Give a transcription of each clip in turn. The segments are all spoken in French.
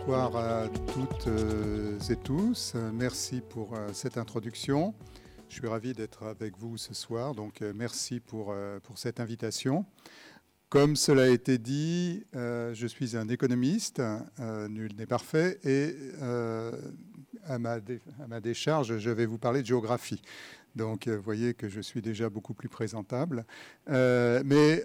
Bonsoir à toutes et tous. Merci pour cette introduction. Je suis ravi d'être avec vous ce soir, donc merci pour cette invitation. Comme cela a été dit, je suis un économiste, nul n'est parfait, et à ma décharge, je vais vous parler de géographie. Donc, vous voyez que je suis déjà beaucoup plus présentable. Mais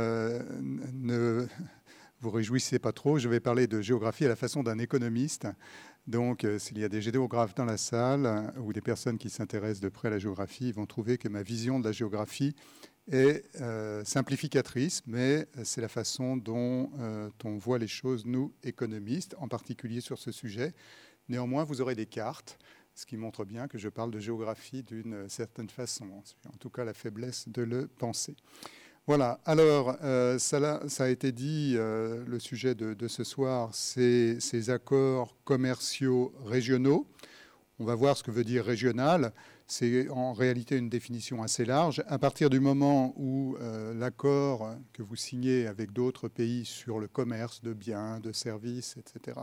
ne vous réjouissez pas trop, je vais parler de géographie à la façon d'un économiste. Donc, s'il y a des géographes dans la salle ou des personnes qui s'intéressent de près à la géographie, ils vont trouver que ma vision de la géographie est simplificatrice, mais c'est la façon dont on voit les choses, nous, économistes, en particulier sur ce sujet. Néanmoins, vous aurez des cartes, ce qui montre bien que je parle de géographie d'une certaine façon. C'est en tout cas la faiblesse de le penser. Voilà, alors ça a été dit, le sujet de ce soir, c'est ces accords commerciaux régionaux. On va voir ce que veut dire régional. C'est en réalité une définition assez large. À partir du moment où l'accord que vous signez avec d'autres pays sur le commerce de biens, de services, etc.,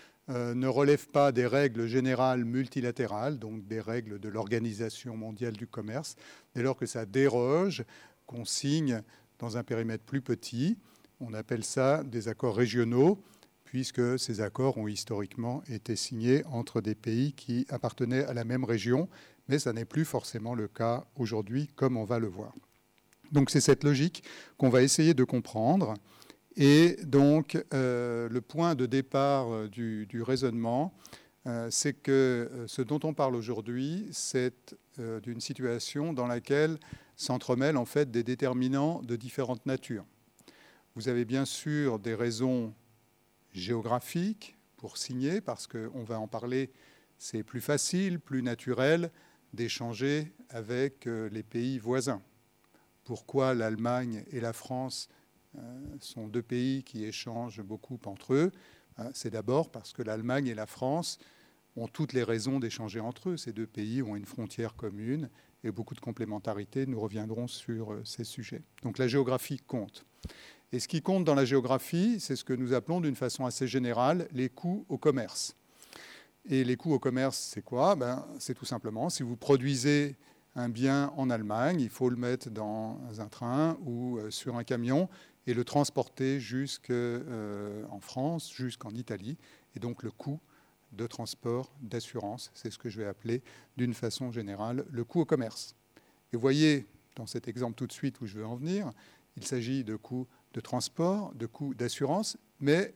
ne relève pas des règles générales multilatérales, donc des règles de l'Organisation mondiale du commerce, dès lors que ça déroge, qu'on signe dans un périmètre plus petit. On appelle ça des accords régionaux, puisque ces accords ont historiquement été signés entre des pays qui appartenaient à la même région, mais ça n'est plus forcément le cas aujourd'hui, comme on va le voir. Donc c'est cette logique qu'on va essayer de comprendre. Et donc le point de départ du raisonnement, c'est que ce dont on parle aujourd'hui, c'est d'une situation dans laquelle s'entremêlent en fait des déterminants de différentes natures. Vous avez bien sûr des raisons géographiques pour signer, parce qu'on va en parler, c'est plus facile, plus naturel d'échanger avec les pays voisins. Pourquoi l'Allemagne et la France sont deux pays qui échangent beaucoup entre eux? C'est d'abord parce que l'Allemagne et la France ont toutes les raisons d'échanger entre eux. Ces deux pays ont une frontière commune et beaucoup de complémentarité. Nous reviendrons sur ces sujets. Donc la géographie compte. Et ce qui compte dans la géographie, c'est ce que nous appelons d'une façon assez générale les coûts au commerce. Et les coûts au commerce, c'est quoi? C'est tout simplement, si vous produisez un bien en Allemagne, il faut le mettre dans un train ou sur un camion et le transporter jusqu'en France, jusqu'en Italie. Et donc le coût de transport, d'assurance, c'est ce que je vais appeler d'une façon générale le coût au commerce. Et vous voyez, dans cet exemple tout de suite où je veux en venir, il s'agit de coûts de transport, de coûts d'assurance, mais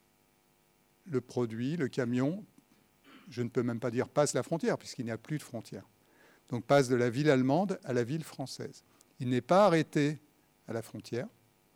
le produit, le camion, je ne peux même pas dire passe la frontière, puisqu'il n'y a plus de frontière. Donc passe de la ville allemande à la ville française. Il n'est pas arrêté à la frontière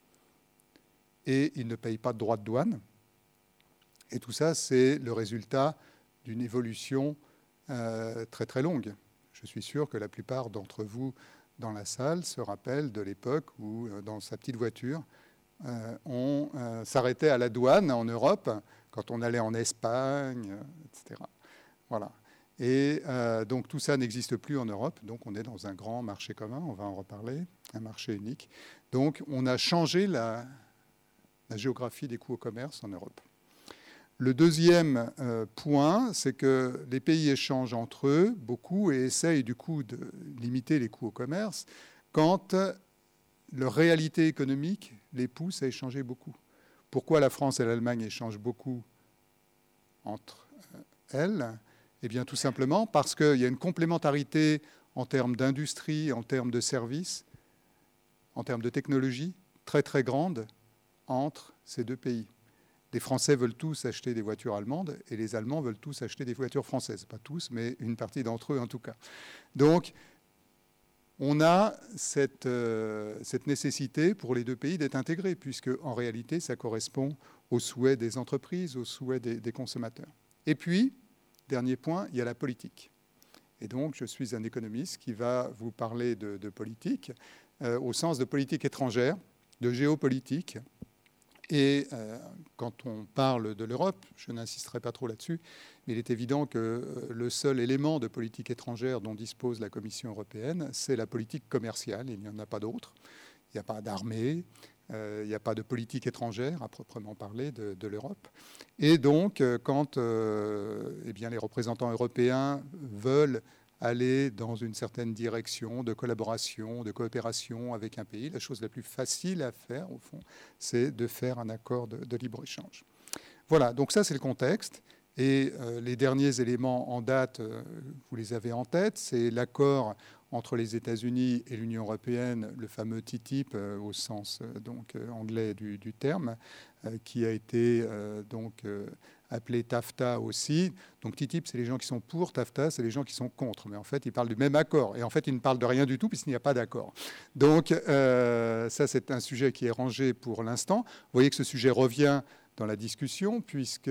et il ne paye pas de droits de douane. Et tout ça, c'est le résultat d'une évolution très très longue. Je suis sûr que la plupart d'entre vous dans la salle se rappellent de l'époque où, dans sa petite voiture, on s'arrêtait à la douane en Europe quand on allait en Espagne, etc. Voilà. Et donc tout ça n'existe plus en Europe. Donc on est dans un grand marché commun, on va en reparler, un marché unique. Donc on a changé la géographie des coûts au commerce en Europe. Le deuxième point, c'est que les pays échangent entre eux beaucoup et essayent du coup de limiter les coûts au commerce quand leur réalité économique les pousse à échanger beaucoup. Pourquoi la France et l'Allemagne échangent beaucoup entre elles? Eh bien tout simplement parce qu'il y a une complémentarité en termes d'industrie, en termes de services, en termes de technologie très très grande entre ces deux pays. Les Français veulent tous acheter des voitures allemandes et les Allemands veulent tous acheter des voitures françaises. Pas tous, mais une partie d'entre eux en tout cas. Donc, on a cette nécessité pour les deux pays d'être intégrés, puisque en réalité, ça correspond aux souhaits des entreprises, aux souhaits des consommateurs. Et puis, dernier point, il y a la politique. Et donc, je suis un économiste qui va vous parler de politique, au sens de politique étrangère, de géopolitique. Et quand on parle de l'Europe, je n'insisterai pas trop là-dessus, mais il est évident que le seul élément de politique étrangère dont dispose la Commission européenne, c'est la politique commerciale. Il n'y en a pas d'autre. Il n'y a pas d'armée, Il n'y a pas de politique étrangère à proprement parler de l'Europe. Et donc, quand eh bien, les représentants européens veulent aller dans une certaine direction de collaboration, de coopération avec un pays, la chose la plus facile à faire, au fond, c'est de faire un accord de libre-échange. Voilà, donc ça, c'est le contexte. Et les derniers éléments en date, vous les avez en tête, c'est l'accord entre les États-Unis et l'Union européenne, le fameux TTIP au sens anglais du terme, qui a été appelé TAFTA aussi. Donc TTIP, c'est les gens qui sont pour, TAFTA, c'est les gens qui sont contre. Mais en fait, ils parlent du même accord. Et en fait, ils ne parlent de rien du tout puisqu'il n'y a pas d'accord. Donc ça, c'est un sujet qui est rangé pour l'instant. Vous voyez que ce sujet revient dans la discussion puisque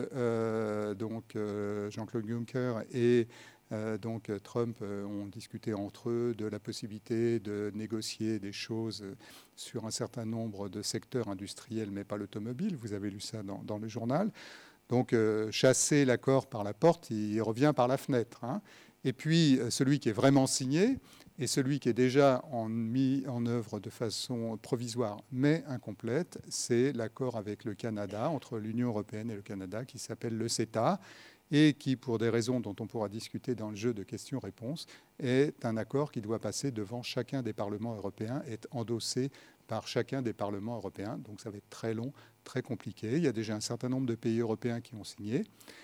Jean-Claude Juncker et Trump ont discuté entre eux de la possibilité de négocier des choses sur un certain nombre de secteurs industriels, mais pas l'automobile. Vous avez lu ça dans le journal. Donc, chasser l'accord par la porte, il revient par la fenêtre. Hein. Et puis, celui qui est vraiment signé et celui qui est déjà mis en œuvre de façon provisoire, mais incomplète, c'est l'accord avec le Canada, entre l'Union européenne et le Canada, qui s'appelle le CETA, et qui, pour des raisons dont on pourra discuter dans le jeu de questions-réponses, est un accord qui doit passer devant chacun des parlements européens, être endossé par chacun des parlements européens. Donc ça va être très long, très compliqué. Il y a déjà un certain nombre de pays européens qui ont signé,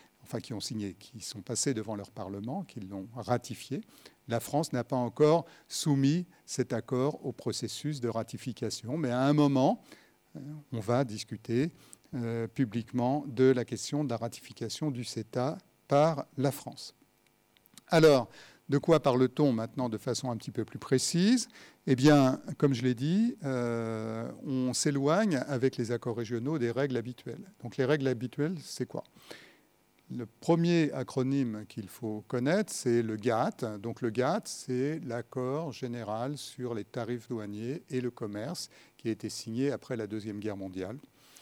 qui sont passés devant leur parlement, qui l'ont ratifié. La France n'a pas encore soumis cet accord au processus de ratification, mais à un moment, on va discuter publiquement de la question de la ratification du CETA par la France. Alors, de quoi parle-t-on maintenant de façon un petit peu plus précise ? Eh bien, comme je l'ai dit, on s'éloigne avec les accords régionaux des règles habituelles. Donc les règles habituelles, c'est quoi ? Le premier acronyme qu'il faut connaître, c'est le GATT. Donc le GATT, c'est l'accord général sur les tarifs douaniers et le commerce qui a été signé après la Deuxième Guerre mondiale.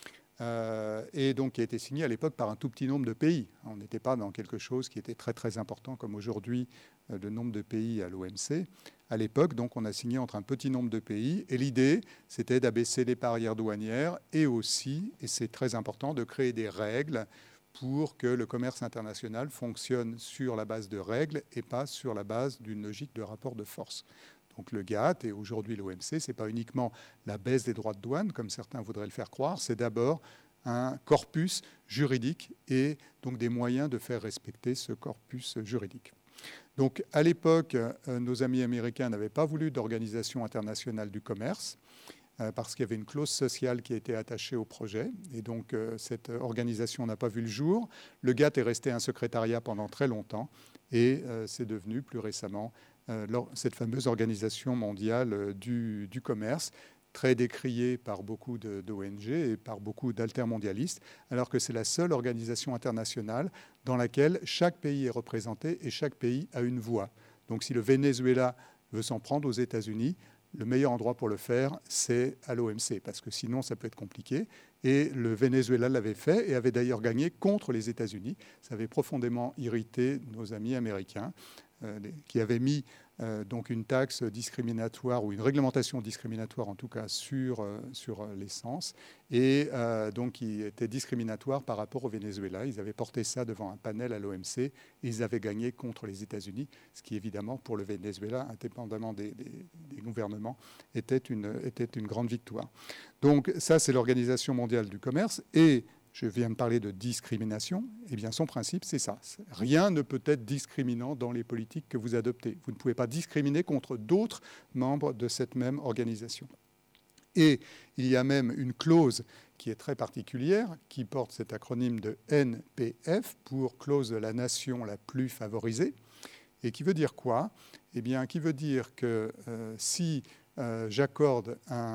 Et donc qui a été signé à l'époque par un tout petit nombre de pays. On n'était pas dans quelque chose qui était très très important comme aujourd'hui le nombre de pays à l'OMC. À l'époque, donc, on a signé entre un petit nombre de pays et l'idée, c'était d'abaisser les barrières douanières et aussi, et c'est très important, de créer des règles pour que le commerce international fonctionne sur la base de règles et pas sur la base d'une logique de rapport de force. Donc le GATT et aujourd'hui l'OMC, ce n'est pas uniquement la baisse des droits de douane, comme certains voudraient le faire croire, c'est d'abord un corpus juridique et donc des moyens de faire respecter ce corpus juridique. Donc à l'époque, nos amis américains n'avaient pas voulu d'organisation internationale du commerce parce qu'il y avait une clause sociale qui a été attachée au projet. Et donc cette organisation n'a pas vu le jour. Le GATT est resté un secrétariat pendant très longtemps et c'est devenu plus récemment cette fameuse organisation mondiale du commerce, très décriée par beaucoup d'ONG et par beaucoup d'altermondialistes, alors que c'est la seule organisation internationale dans laquelle chaque pays est représenté et chaque pays a une voix. Donc si le Venezuela veut s'en prendre aux États-Unis, le meilleur endroit pour le faire, c'est à l'OMC, parce que sinon ça peut être compliqué. Et le Venezuela l'avait fait et avait d'ailleurs gagné contre les États-Unis. Ça avait profondément irrité nos amis américains, qui avaient mis donc une taxe discriminatoire ou une réglementation discriminatoire en tout cas sur l'essence et donc qui était discriminatoire par rapport au Venezuela. Ils avaient porté ça devant un panel à l'OMC et ils avaient gagné contre les États-Unis, ce qui évidemment pour le Venezuela, indépendamment des gouvernements, était une grande victoire. Donc ça c'est l'Organisation mondiale du commerce et je viens de parler de discrimination, eh bien son principe c'est ça. Rien ne peut être discriminant dans les politiques que vous adoptez. Vous ne pouvez pas discriminer contre d'autres membres de cette même organisation. Et il y a même une clause qui est très particulière, qui porte cet acronyme de NPF pour clause de la nation la plus favorisée, et qui veut dire quoi ? Eh bien, qui veut dire que si j'accorde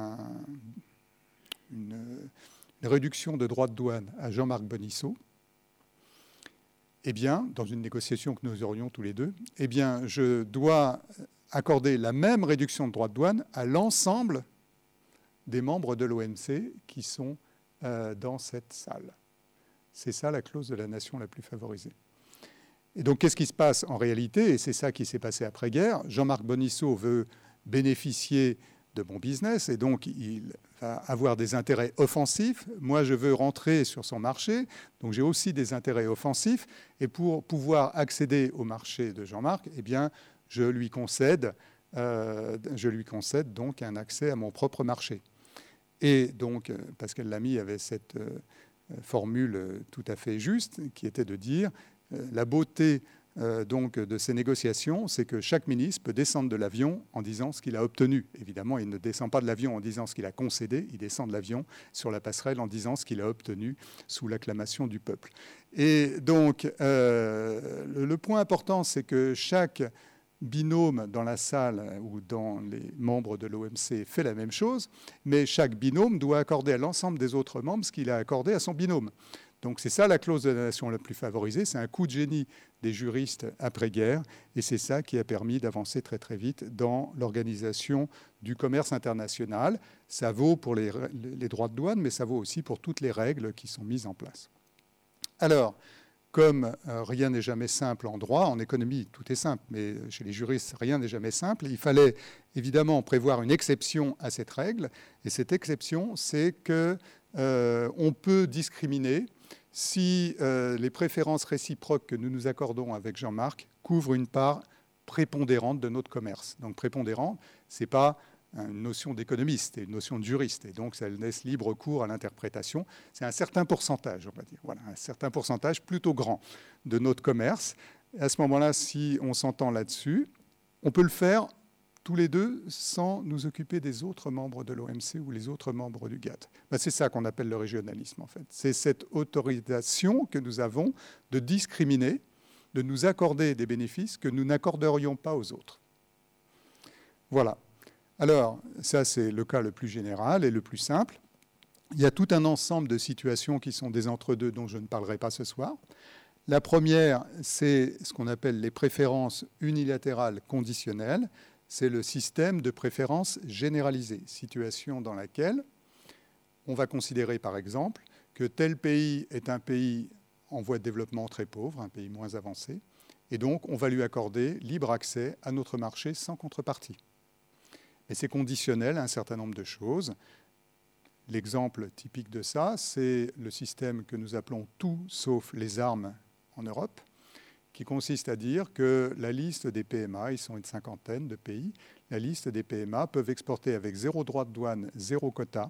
une réduction de droits de douane à Jean-Marc Bonisseau, eh bien, dans une négociation que nous aurions tous les deux, eh bien, je dois accorder la même réduction de droits de douane à l'ensemble des membres de l'OMC qui sont dans cette salle. C'est ça la clause de la nation la plus favorisée. Et donc, qu'est-ce qui se passe en réalité ? Et c'est ça qui s'est passé après-guerre. Jean-Marc Bonisseau veut bénéficier de bon business et donc il avoir des intérêts offensifs. Moi, je veux rentrer sur son marché, donc j'ai aussi des intérêts offensifs. Et pour pouvoir accéder au marché de Jean-Marc, eh bien, je lui concède donc un accès à mon propre marché. Et donc, Pascal Lamy avait cette formule tout à fait juste, qui était de dire la beauté donc de ces négociations, c'est que chaque ministre peut descendre de l'avion en disant ce qu'il a obtenu. Évidemment, il ne descend pas de l'avion en disant ce qu'il a concédé, il descend de l'avion sur la passerelle en disant ce qu'il a obtenu sous l'acclamation du peuple. Et donc, le point important, c'est que chaque binôme dans la salle ou dans les membres de l'OMC fait la même chose, mais chaque binôme doit accorder à l'ensemble des autres membres ce qu'il a accordé à son binôme. Donc c'est ça la clause de la nation la plus favorisée, c'est un coup de génie des juristes après-guerre, et c'est ça qui a permis d'avancer très très vite dans l'organisation du commerce international. Ça vaut pour les droits de douane, mais ça vaut aussi pour toutes les règles qui sont mises en place. Alors, comme rien n'est jamais simple en droit, en économie, tout est simple, mais chez les juristes, rien n'est jamais simple. Il fallait évidemment prévoir une exception à cette règle, et cette exception, c'est qu'on peut discriminer si les préférences réciproques que nous nous accordons avec Jean-Marc couvrent une part prépondérante de notre commerce. Donc prépondérant, ce n'est pas une notion d'économiste, c'est une notion de juriste, et donc ça laisse libre cours à l'interprétation. C'est un certain pourcentage, on va dire, voilà, un certain pourcentage plutôt grand de notre commerce. Et à ce moment-là, si on s'entend là-dessus, on peut le faire tous les deux sans nous occuper des autres membres de l'OMC ou les autres membres du GATT. Ben, c'est ça qu'on appelle le régionalisme, en fait. C'est cette autorisation que nous avons de discriminer, de nous accorder des bénéfices que nous n'accorderions pas aux autres. Voilà. Alors, ça, c'est le cas le plus général et le plus simple. Il y a tout un ensemble de situations qui sont des entre-deux dont je ne parlerai pas ce soir. La première, c'est ce qu'on appelle les préférences unilatérales conditionnelles. C'est le système de préférences généralisées, situation dans laquelle on va considérer, par exemple, que tel pays est un pays en voie de développement très pauvre, un pays moins avancé, et donc on va lui accorder libre accès à notre marché sans contrepartie. Mais c'est conditionnel à un certain nombre de choses. L'exemple typique de ça, c'est le système que nous appelons tout sauf les armes en Europe, qui consiste à dire que la liste des PMA, ils sont une cinquantaine de pays, la liste des PMA peuvent exporter avec 0 droit de douane, 0 quota,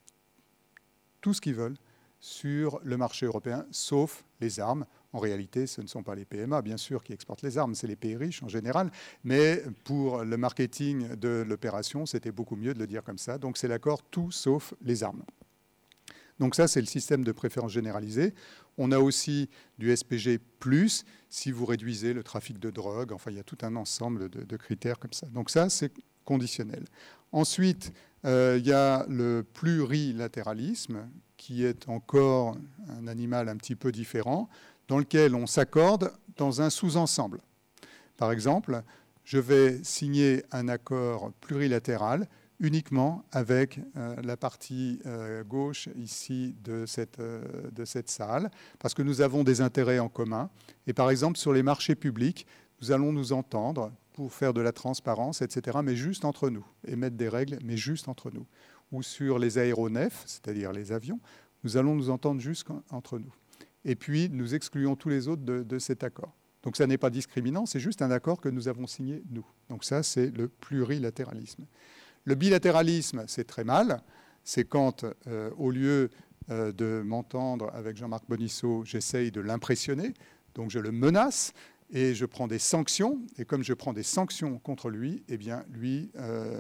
tout ce qu'ils veulent sur le marché européen, sauf les armes. En réalité, ce ne sont pas les PMA, bien sûr, qui exportent les armes, c'est les pays riches en général. Mais pour le marketing de l'opération, c'était beaucoup mieux de le dire comme ça. Donc c'est l'accord tout sauf les armes. Donc ça, c'est le système de préférence généralisée. On a aussi du SPG+, si vous réduisez le trafic de drogue. Enfin, il y a tout un ensemble de critères comme ça. Donc ça, c'est conditionnel. Ensuite, il y a le plurilatéralisme, qui est encore un animal un petit peu différent, dans lequel on s'accorde dans un sous-ensemble. Par exemple, je vais signer un accord plurilatéral uniquement avec la partie gauche ici de cette salle, parce que nous avons des intérêts en commun. Et par exemple, sur les marchés publics, nous allons nous entendre pour faire de la transparence, etc., mais juste entre nous, et mettre des règles, mais juste entre nous. Ou sur les aéronefs, c'est-à-dire les avions, nous allons nous entendre juste entre nous. Et puis, nous excluons tous les autres de cet accord. Donc, ça n'est pas discriminant, c'est juste un accord que nous avons signé, nous. Donc, ça, c'est le plurilatéralisme. Le bilatéralisme, c'est très mal. C'est quand, au lieu de m'entendre avec Jean-Marc Bonisseau, j'essaye de l'impressionner, donc je le menace et je prends des sanctions. Et comme je prends des sanctions contre lui, eh bien, lui,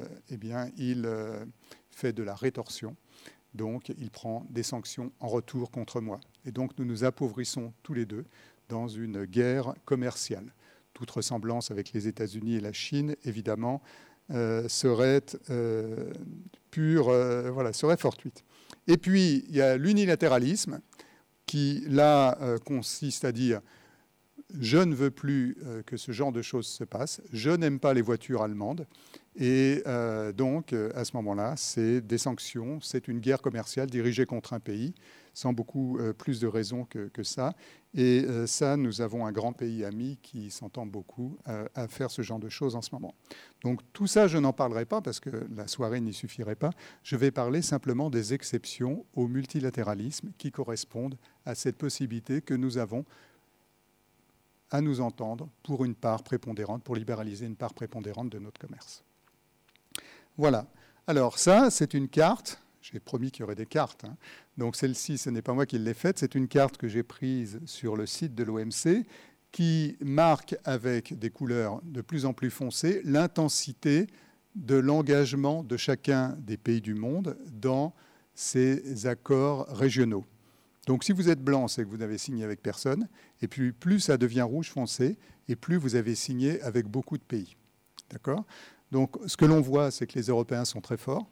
il fait de la rétorsion. Donc, il prend des sanctions en retour contre moi. Et donc, nous nous appauvrissons tous les deux dans une guerre commerciale. Toute ressemblance avec les États-Unis et la Chine, évidemment, serait serait fortuite. Et puis, il y a l'unilatéralisme qui, là, consiste à dire je ne veux plus que ce genre de choses se passe. Je n'aime pas les voitures allemandes. Et donc, à ce moment-là, c'est des sanctions, c'est une guerre commerciale dirigée contre un pays, sans beaucoup plus de raisons que ça. Et ça, nous avons un grand pays ami qui s'entend beaucoup à faire ce genre de choses en ce moment. Donc tout ça, je n'en parlerai pas parce que la soirée n'y suffirait pas. Je vais parler simplement des exceptions au multilatéralisme qui correspondent à cette possibilité que nous avons à nous entendre pour une part prépondérante, pour libéraliser une part prépondérante de notre commerce. Voilà. Alors ça, c'est une carte. J'ai promis qu'il y aurait des cartes. Hein. Donc celle-ci, ce n'est pas moi qui l'ai faite. C'est une carte que j'ai prise sur le site de l'OMC qui marque avec des couleurs de plus en plus foncées l'intensité de l'engagement de chacun des pays du monde dans ces accords régionaux. Donc si vous êtes blanc, c'est que vous n'avez signé avec personne. Et puis plus ça devient rouge foncé, et plus vous avez signé avec beaucoup de pays. D'accord ? Donc ce que l'on voit, c'est que les Européens sont très forts.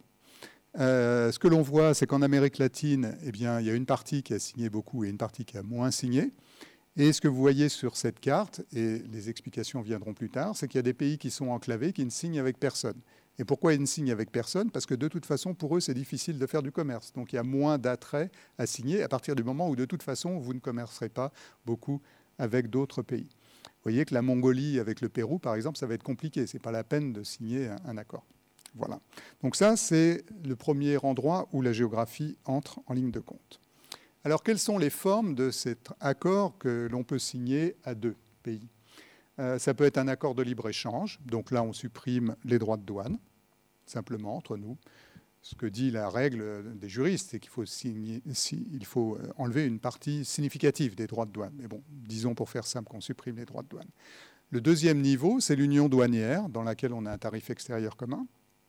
Ce que l'on voit, c'est qu'en Amérique latine, eh bien, il y a une partie qui a signé beaucoup et une partie qui a moins signé. Et ce que vous voyez sur cette carte, et les explications viendront plus tard, c'est qu'il y a des pays qui sont enclavés, qui ne signent avec personne. Et pourquoi ils ne signent avec personne ? Parce que de toute façon, pour eux, c'est difficile de faire du commerce. Donc il y a moins d'attrait à signer à partir du moment où, de toute façon, vous ne commercerez pas beaucoup avec d'autres pays. Vous voyez que la Mongolie avec le Pérou, par exemple, ça va être compliqué. Ce n'est pas la peine de signer un accord. Voilà. Donc ça, c'est le premier endroit où la géographie entre en ligne de compte. Alors, quelles sont les formes de cet accord que l'on peut signer à deux pays ? Ça peut être un accord de libre-échange. Donc là, on supprime les droits de douane, simplement, entre nous. Ce que dit la règle des juristes, c'est qu'il faut enlever une partie significative des droits de douane. Mais bon, disons pour faire simple qu'on supprime les droits de douane. Le deuxième niveau, c'est l'union douanière, dans laquelle on a un tarif extérieur commun.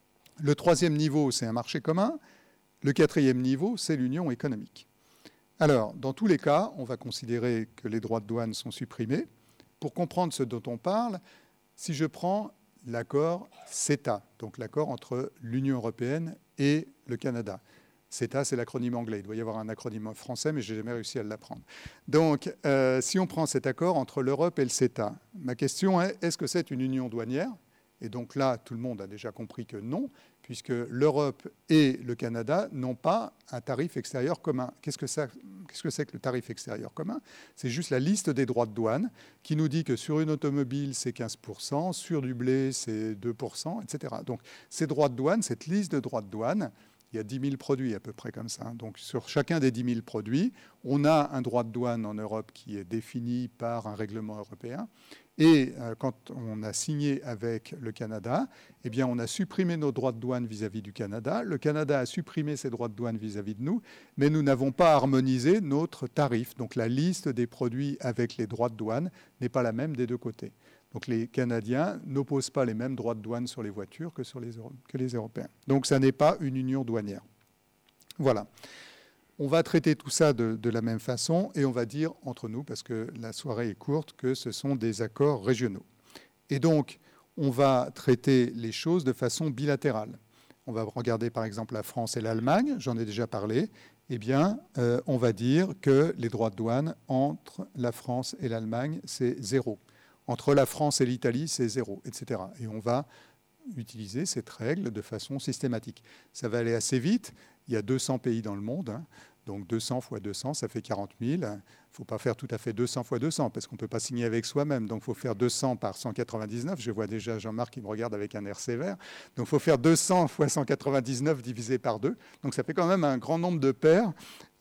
Le troisième niveau, c'est un marché commun. Le quatrième niveau, c'est l'union économique. Alors, dans tous les cas, on va considérer que les droits de douane sont supprimés. Pour comprendre ce dont on parle, si je prends l'accord CETA, donc l'accord entre l'Union européenne et le Canada. CETA, c'est l'acronyme anglais. Il doit y avoir un acronyme français, mais je n'ai jamais réussi à l'apprendre. Donc, si on prend cet accord entre l'Europe et le CETA, ma question est, est-ce que c'est une union douanière ? Et donc là, tout le monde a déjà compris que non, puisque l'Europe et le Canada n'ont pas un tarif extérieur commun. Qu'est-ce que c'est que le tarif extérieur commun ? C'est juste la liste des droits de douane qui nous dit que sur une automobile, c'est 15%, sur du blé, c'est 2%, etc. Donc ces droits de douane, cette liste de droits de douane, il y a 10 000 produits à peu près comme ça. Donc sur chacun des 10 000 produits, on a un droit de douane en Europe qui est défini par un règlement européen. Et quand on a signé avec le Canada, eh bien, on a supprimé nos droits de douane vis-à-vis du Canada. Le Canada a supprimé ses droits de douane vis-à-vis de nous, mais nous n'avons pas harmonisé notre tarif. Donc la liste des produits avec les droits de douane n'est pas la même des deux côtés. Donc les Canadiens n'opposent pas les mêmes droits de douane sur les voitures que les Européens. Donc ça n'est pas une union douanière. Voilà. On va traiter tout ça de la même façon et on va dire entre nous, parce que la soirée est courte, que ce sont des accords régionaux. Et donc, on va traiter les choses de façon bilatérale. On va regarder par exemple la France et l'Allemagne, j'en ai déjà parlé. Eh bien, on va dire que les droits de douane entre la France et l'Allemagne, c'est 0. Entre la France et l'Italie, c'est 0, etc. Et on va utiliser cette règle de façon systématique. Ça va aller assez vite. Il y a 200 pays dans le monde, hein. Donc 200 fois 200, ça fait 40 000. Il ne faut pas faire tout à fait 200 fois 200 parce qu'on ne peut pas signer avec soi-même. Donc il faut faire 200 par 199. Je vois déjà Jean-Marc qui me regarde avec un air sévère. Donc il faut faire 200 fois 199 divisé par 2. Donc ça fait quand même un grand nombre de paires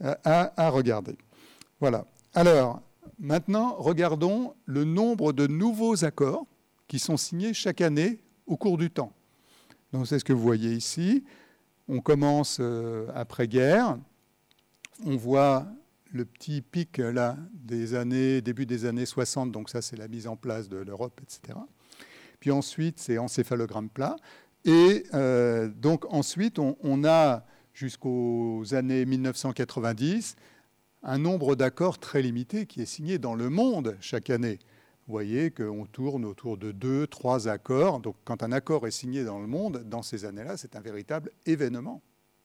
à regarder. Voilà. Alors, maintenant, regardons le nombre de nouveaux accords qui sont signés chaque année au cours du temps. Donc c'est ce que vous voyez ici. On commence après-guerre. On voit le petit pic là début des années 60, donc ça c'est la mise en place de l'Europe, etc. Puis ensuite c'est encéphalogramme plat. Et donc ensuite on a jusqu'aux années 1990 un nombre d'accords très limité qui est signé dans le monde chaque année. Vous voyez qu'on tourne autour de 2-3 accords. Donc quand un accord est signé dans le monde, dans ces années-là, c'est un véritable événement.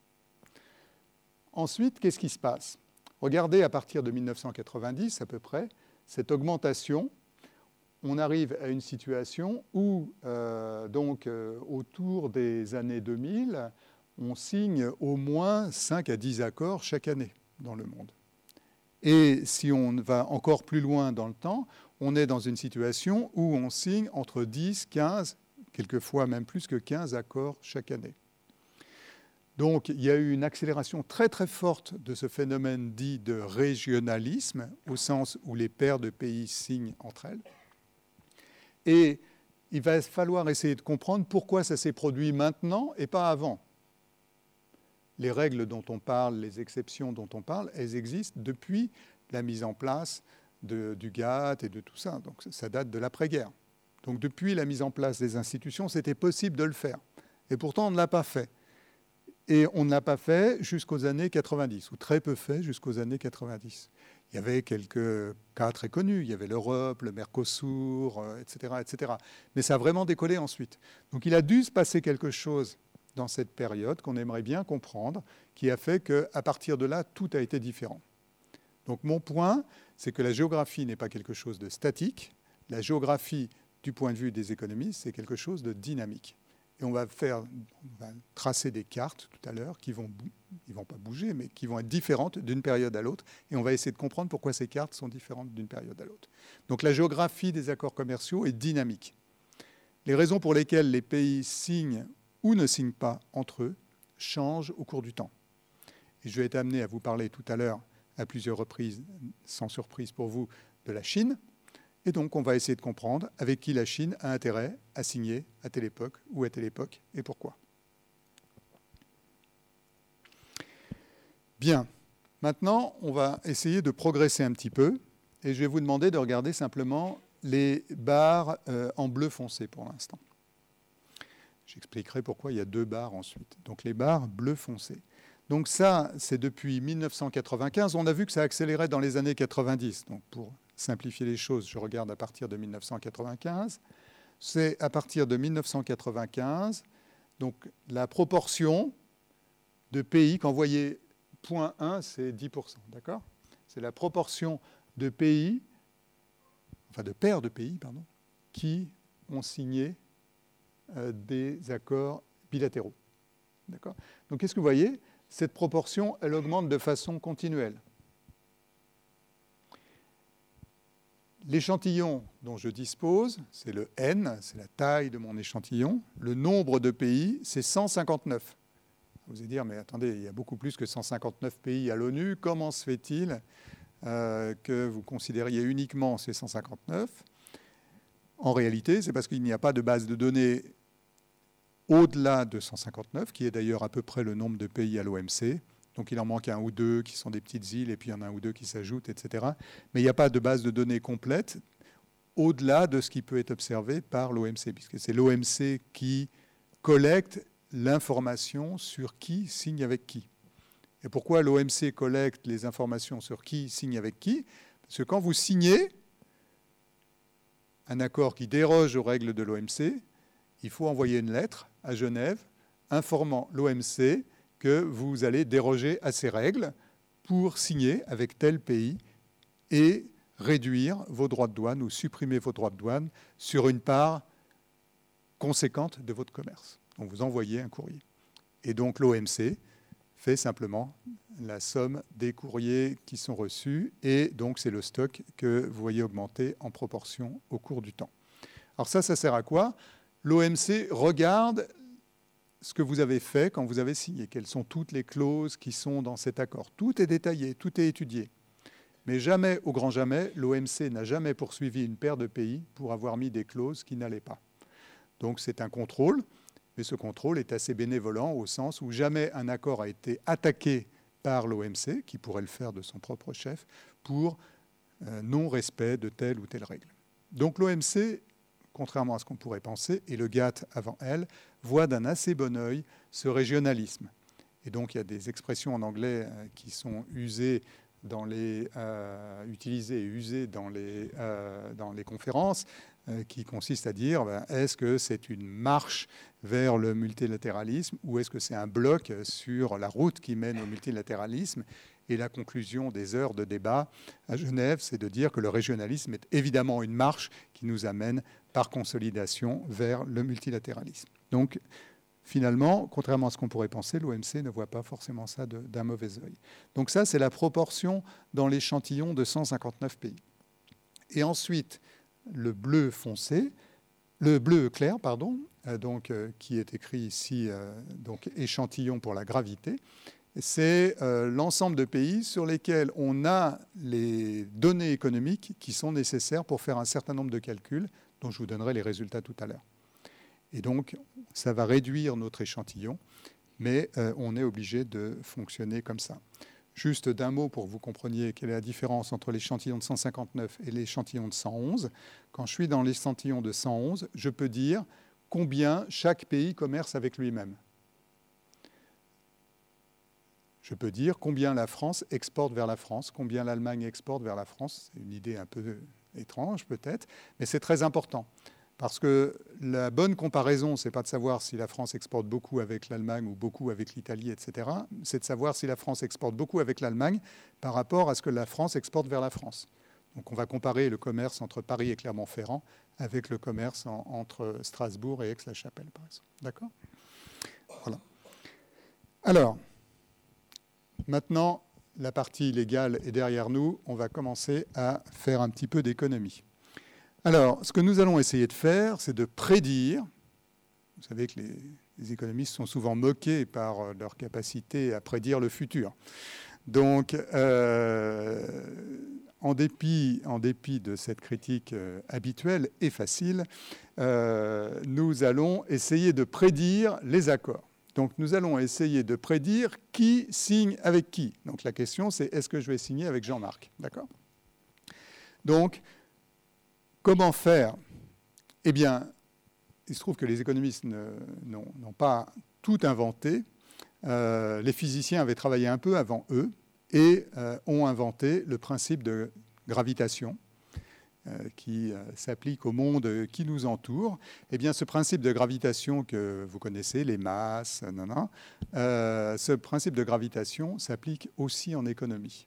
Ensuite, qu'est-ce qui se passe ? Regardez à partir de 1990 à peu près cette augmentation on arrive à une situation où, autour des années 2000, on signe au moins 5 à 10 accords chaque année dans le monde. Et si on va encore plus loin dans le temps, on est dans une situation où on signe entre 10, 15, quelquefois même plus que 15 accords chaque année. Donc il y a eu une accélération très très forte de ce phénomène dit de régionalisme, au sens où les paires de pays signent entre elles. Et il va falloir essayer de comprendre pourquoi ça s'est produit maintenant et pas avant. Les règles dont on parle, les exceptions dont on parle, elles existent depuis la mise en place du GATT et de tout ça. Donc ça date de l'après-guerre. Donc depuis la mise en place des institutions, c'était possible de le faire. Et pourtant, on ne l'a pas fait. Et on ne l'a pas fait jusqu'aux années 90, ou très peu fait jusqu'aux années 90. Il y avait quelques cas très connus. Il y avait l'Europe, le Mercosur, etc., etc. Mais ça a vraiment décollé ensuite. Donc il a dû se passer quelque chose dans cette période qu'on aimerait bien comprendre, qui a fait qu'à partir de là, tout a été différent. Donc mon point, c'est que la géographie n'est pas quelque chose de statique. La géographie, du point de vue des économistes, c'est quelque chose de dynamique. Et on va tracer des cartes tout à l'heure qui vont pas bouger, mais qui vont être différentes d'une période à l'autre. Et on va essayer de comprendre pourquoi ces cartes sont différentes d'une période à l'autre. Donc la géographie des accords commerciaux est dynamique. Les raisons pour lesquelles les pays signent ou ne signent pas entre eux changent au cours du temps. Et je vais être amené à vous parler tout à l'heure, à plusieurs reprises, sans surprise pour vous, de la Chine. Et donc, on va essayer de comprendre avec qui la Chine a intérêt à signer à telle époque ou à telle époque et pourquoi. Bien. Maintenant, on va essayer de progresser un petit peu et je vais vous demander de regarder simplement les barres en bleu foncé pour l'instant. J'expliquerai pourquoi il y a 2 barres ensuite. Donc, les barres bleu foncé. Donc ça, c'est depuis 1995. On a vu que ça accélérait dans les années 90. Donc, pour simplifier les choses, je regarde à partir de 1995. C'est à partir de 1995, donc la proportion de pays, quand vous voyez 0,1, c'est 10%, d'accord ? C'est la proportion de pays, enfin de paires de pays, pardon, qui ont signé des accords bilatéraux. D'accord ? Donc qu'est-ce que vous voyez ? Cette proportion, elle augmente de façon continuelle. L'échantillon dont je dispose, c'est le N, c'est la taille de mon échantillon. Le nombre de pays, c'est 159. Vous allez dire, mais attendez, il y a beaucoup plus que 159 pays à l'ONU. Comment se fait-il que vous considériez uniquement ces 159 ? En réalité, c'est parce qu'il n'y a pas de base de données au-delà de 159, qui est d'ailleurs à peu près le nombre de pays à l'OMC. Donc il en manque 1 ou 2 qui sont des petites îles, et puis il y en a 1 ou 2 qui s'ajoutent, etc. Mais il n'y a pas de base de données complète au-delà de ce qui peut être observé par l'OMC, puisque c'est l'OMC qui collecte l'information sur qui signe avec qui. Et pourquoi l'OMC collecte les informations sur qui signe avec qui ? Parce que quand vous signez un accord qui déroge aux règles de l'OMC, il faut envoyer une lettre à Genève informant l'OMC que vous allez déroger à ces règles pour signer avec tel pays et réduire vos droits de douane ou supprimer vos droits de douane sur une part conséquente de votre commerce. Donc vous envoyez un courrier. Et donc l'OMC fait simplement la somme des courriers qui sont reçus et donc c'est le stock que vous voyez augmenter en proportion au cours du temps. Alors ça sert à quoi ? L'OMC regarde ce que vous avez fait quand vous avez signé, quelles sont toutes les clauses qui sont dans cet accord. Tout est détaillé, tout est étudié. Mais jamais, au grand jamais, l'OMC n'a jamais poursuivi une paire de pays pour avoir mis des clauses qui n'allaient pas. Donc c'est un contrôle, mais ce contrôle est assez bénévolent au sens où jamais un accord a été attaqué par l'OMC, qui pourrait le faire de son propre chef, pour non-respect de telle ou telle règle. Donc l'OMC, contrairement à ce qu'on pourrait penser, et le GATT avant elle, voit d'un assez bon œil ce régionalisme. Et donc il y a des expressions en anglais qui sont usées utilisées et usées dans les conférences, qui consistent à dire est-ce que c'est une marche vers le multilatéralisme ou est-ce que c'est un bloc sur la route qui mène au multilatéralisme ? Et la conclusion des heures de débat à Genève, c'est de dire que le régionalisme est évidemment une marche qui nous amène par consolidation vers le multilatéralisme. Donc, finalement, contrairement à ce qu'on pourrait penser, l'OMC ne voit pas forcément ça d'un mauvais œil. Donc ça, c'est la proportion dans l'échantillon de 159 pays. Et ensuite, le bleu foncé, le bleu clair, pardon, qui est écrit ici, donc échantillon pour la gravité, c'est l'ensemble de pays sur lesquels on a les données économiques qui sont nécessaires pour faire un certain nombre de calculs, dont je vous donnerai les résultats tout à l'heure. Et donc, ça va réduire notre échantillon, mais on est obligé de fonctionner comme ça. Juste d'un mot pour que vous compreniez quelle est la différence entre l'échantillon de 159 et l'échantillon de 111. Quand je suis dans l'échantillon de 111, je peux dire combien chaque pays commerce avec lui-même. Je peux dire combien la France exporte vers la France, combien l'Allemagne exporte vers la France. C'est une idée un peu étrange peut-être, mais c'est très important. Parce que la bonne comparaison, ce n'est pas de savoir si la France exporte beaucoup avec l'Allemagne ou beaucoup avec l'Italie, etc. C'est de savoir si la France exporte beaucoup avec l'Allemagne par rapport à ce que la France exporte vers la France. Donc on va comparer le commerce entre Paris et Clermont-Ferrand avec le commerce entre Strasbourg et Aix-la-Chapelle, par exemple. D'accord ? Voilà. Alors, maintenant, la partie légale est derrière nous. On va commencer à faire un petit peu d'économie. Alors, ce que nous allons essayer de faire, c'est de prédire. Vous savez que les économistes sont souvent moqués par leur capacité à prédire le futur. Donc, en dépit de cette critique habituelle et facile, nous allons essayer de prédire les accords. Donc, nous allons essayer de prédire qui signe avec qui. Donc, la question, c'est est-ce que je vais signer avec Jean-Marc ? D'accord ? Donc, comment faire ? Eh bien, il se trouve que les économistes n'ont pas tout inventé. Les physiciens avaient travaillé un peu avant eux et ont inventé le principe de gravitation qui s'applique au monde qui nous entoure. Eh bien, ce principe de gravitation que vous connaissez, les masses, ce principe de gravitation s'applique aussi en économie.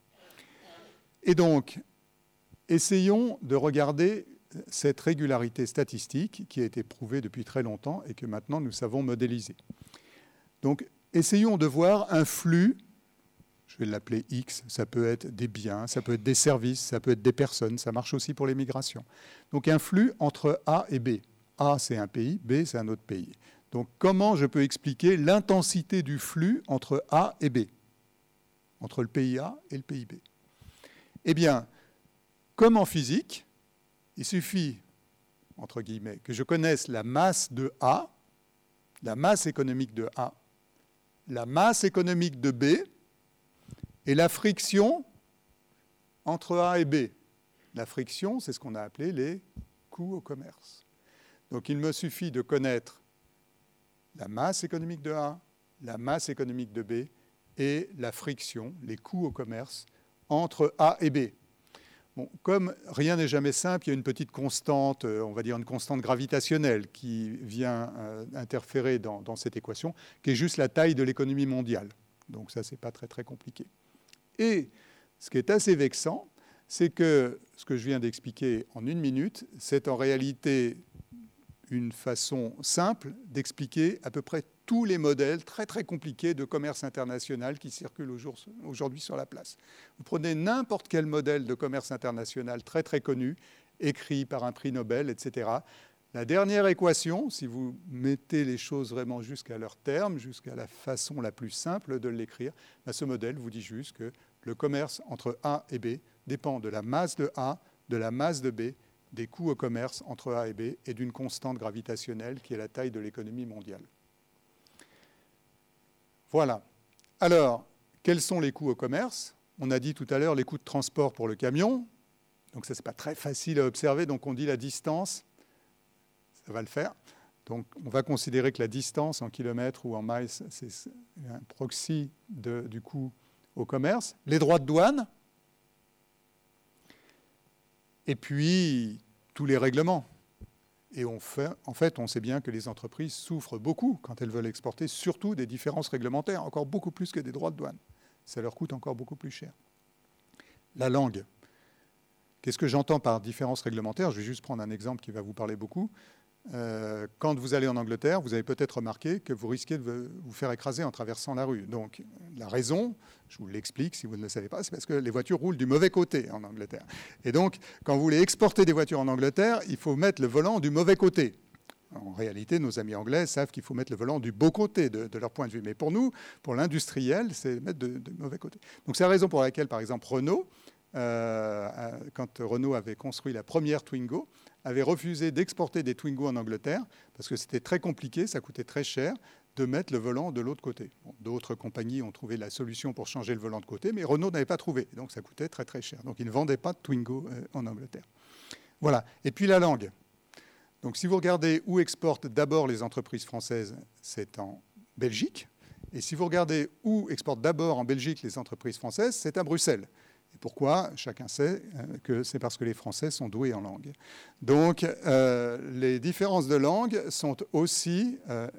Et donc, essayons de regarder cette régularité statistique qui a été prouvée depuis très longtemps et que maintenant nous savons modéliser. Donc, essayons de voir un flux, je vais l'appeler X, ça peut être des biens, ça peut être des services, ça peut être des personnes, ça marche aussi pour les migrations. Donc, un flux entre A et B. A, c'est un pays, B, c'est un autre pays. Donc, comment je peux expliquer l'intensité du flux entre A et B, entre le pays A et le pays B ? Eh bien, comme en physique, il suffit, entre guillemets, que je connaisse la masse de A, la masse économique de A, la masse économique de B et la friction entre A et B. La friction, c'est ce qu'on a appelé les coûts au commerce. Donc il me suffit de connaître la masse économique de A, la masse économique de B et la friction, les coûts au commerce entre A et B. Bon, comme rien n'est jamais simple, il y a une petite constante, on va dire une constante gravitationnelle qui vient interférer dans cette équation, qui est juste la taille de l'économie mondiale. Donc ça, ce n'est pas très, très compliqué. Et ce qui est assez vexant, c'est que ce que je viens d'expliquer en 1 minute, c'est en réalité une façon simple d'expliquer à peu près tous les modèles très très compliqués de commerce international qui circulent aujourd'hui sur la place. Vous prenez n'importe quel modèle de commerce international très très connu, écrit par un prix Nobel, etc. La dernière équation, si vous mettez les choses vraiment jusqu'à leur terme, jusqu'à la façon la plus simple de l'écrire, ce modèle vous dit juste que le commerce entre A et B dépend de la masse de A, de la masse de B, des coûts au commerce entre A et B et d'une constante gravitationnelle qui est la taille de l'économie mondiale. Voilà. Alors, quels sont les coûts au commerce ? On a dit tout à l'heure les coûts de transport pour le camion. Donc ça, ce n'est pas très facile à observer. Donc on dit la distance. Ça va le faire. Donc on va considérer que la distance en kilomètres ou en miles, c'est un proxy du coût au commerce. Les droits de douane. Et puis, tous les règlements. Et en fait, on sait bien que les entreprises souffrent beaucoup quand elles veulent exporter, surtout des différences réglementaires, encore beaucoup plus que des droits de douane. ça leur coûte encore beaucoup plus cher. La langue. Qu'est-ce que j'entends par différence réglementaire? Je vais juste prendre un exemple qui va vous parler beaucoup. Quand vous allez en Angleterre, vous avez peut-être remarqué que vous risquez de vous faire écraser en traversant la rue. Donc, la raison, je vous l'explique si vous ne le savez pas, c'est parce que les voitures roulent du mauvais côté en Angleterre. Et donc, quand vous voulez exporter des voitures en Angleterre, il faut mettre le volant du mauvais côté. En réalité, nos amis anglais savent qu'il faut mettre le volant du beau côté de leur point de vue. Mais pour nous, pour l'industriel, c'est mettre de mauvais côté. Donc, c'est la raison pour laquelle, par exemple, Renault, quand Renault avait construit la première Twingo, avait refusé d'exporter des Twingo en Angleterre parce que c'était très compliqué, ça coûtait très cher de mettre le volant de l'autre côté. Bon, d'autres compagnies ont trouvé la solution pour changer le volant de côté, mais Renault n'avait pas trouvé, donc ça coûtait très très cher. Donc ils ne vendaient pas de Twingo en Angleterre. Voilà. Et puis la langue. Donc si vous regardez où exportent d'abord les entreprises françaises, c'est en Belgique. Et si vous regardez où exportent d'abord en Belgique les entreprises françaises, c'est à Bruxelles. Et pourquoi? Chacun sait que c'est parce que les Français sont doués en langue. Donc, les différences de langue sont aussi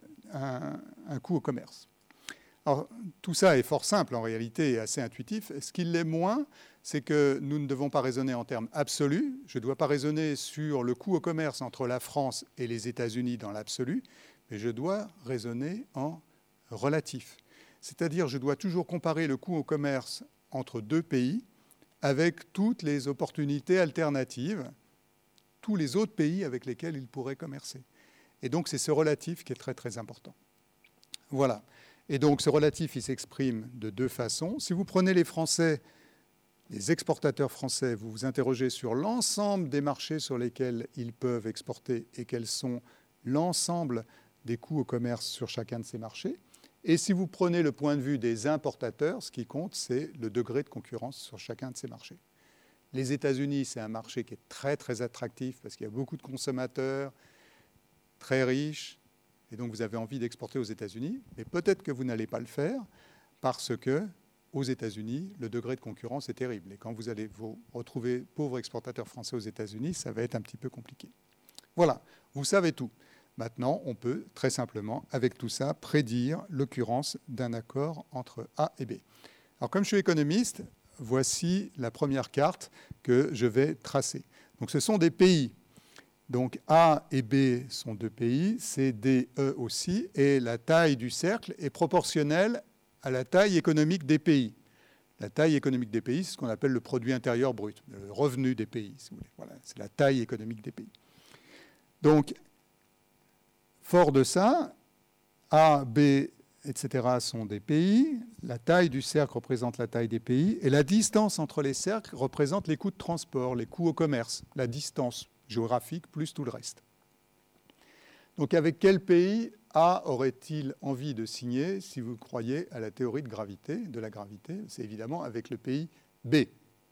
un coût au commerce. Alors, tout ça est fort simple en réalité et assez intuitif. Ce qui l'est moins, c'est que nous ne devons pas raisonner en termes absolus. Je ne dois pas raisonner sur le coût au commerce entre la France et les États-Unis dans l'absolu, mais je dois raisonner en relatif. C'est-à-dire, je dois toujours comparer le coût au commerce entre deux pays avec toutes les opportunités alternatives, tous les autres pays avec lesquels ils pourraient commercer. Et donc, c'est ce relatif qui est très, très important. Voilà. Et donc, ce relatif, il s'exprime de deux façons. Si vous prenez les Français, les exportateurs français, vous vous interrogez sur l'ensemble des marchés sur lesquels ils peuvent exporter et quels sont l'ensemble des coûts au commerce sur chacun de ces marchés. Et si vous prenez le point de vue des importateurs, ce qui compte, c'est le degré de concurrence sur chacun de ces marchés. Les États-Unis, c'est un marché qui est très, très attractif parce qu'il y a beaucoup de consommateurs, très riches, et donc vous avez envie d'exporter aux États-Unis. Mais peut-être que vous n'allez pas le faire parce que, aux États-Unis, le degré de concurrence est terrible. Et quand vous allez vous retrouver pauvres exportateurs français aux États-Unis, ça va être un petit peu compliqué. Voilà, vous savez tout. Maintenant, on peut très simplement, avec tout ça, prédire l'occurrence d'un accord entre A et B. Alors, comme je suis économiste, voici la première carte que je vais tracer. Donc, ce sont des pays. Donc, A et B sont deux pays, C, D, E aussi, et la taille du cercle est proportionnelle à la taille économique des pays. La taille économique des pays, c'est ce qu'on appelle le produit intérieur brut, le revenu des pays, si vous voulez. Voilà, c'est la taille économique des pays. Donc, fort de ça, A, B, etc. sont des pays. La taille du cercle représente la taille des pays. Et la distance entre les cercles représente les coûts de transport, les coûts au commerce, la distance géographique plus tout le reste. Donc avec quel pays A aurait-il envie de signer si vous croyez à la théorie de la gravité? C'est évidemment avec le pays B.